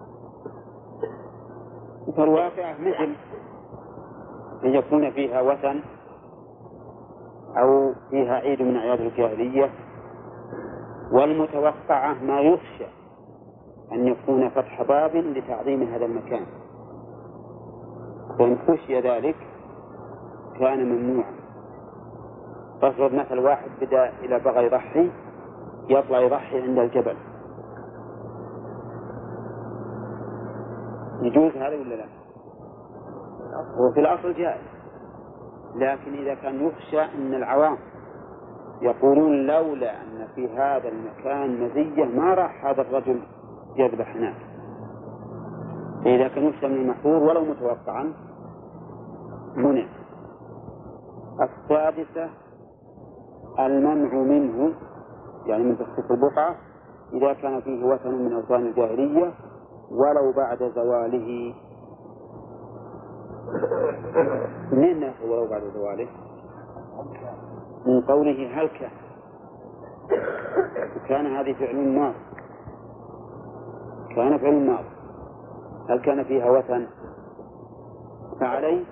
فالواقعة مثل أن يكون فيها وثن أو فيها عيد من أعياد الجاهلية والمتوقعة ما يخشى أن يكون فتح باب لتعظيم هذا المكان، وإن خشي ذلك كان ممنوعا. فافرض مثل واحد بدأ إلى بغى يضحي، يطلع يضحي عند الجبل، يجوز هذا ولا لا؟ هو في الأصل جائز، لكن إذا كان يخشى أن العوام يقولون لولا أن في هذا المكان مزية ما راح هذا الرجل يذبح هناك، فإذا كان يخشى من المحظور ولو متوقعا منع. السادسة المنع منه، يعني من تخصيص البقعة، إذا كان فيه وثن من أوثان الجاهلية ولو بعد زواله. منين نأخذ ولو بعد زواله؟ من قوله هل كان، كان هذه فعل ماض، كان فعل ماض، هل كان فيها وثن فعليه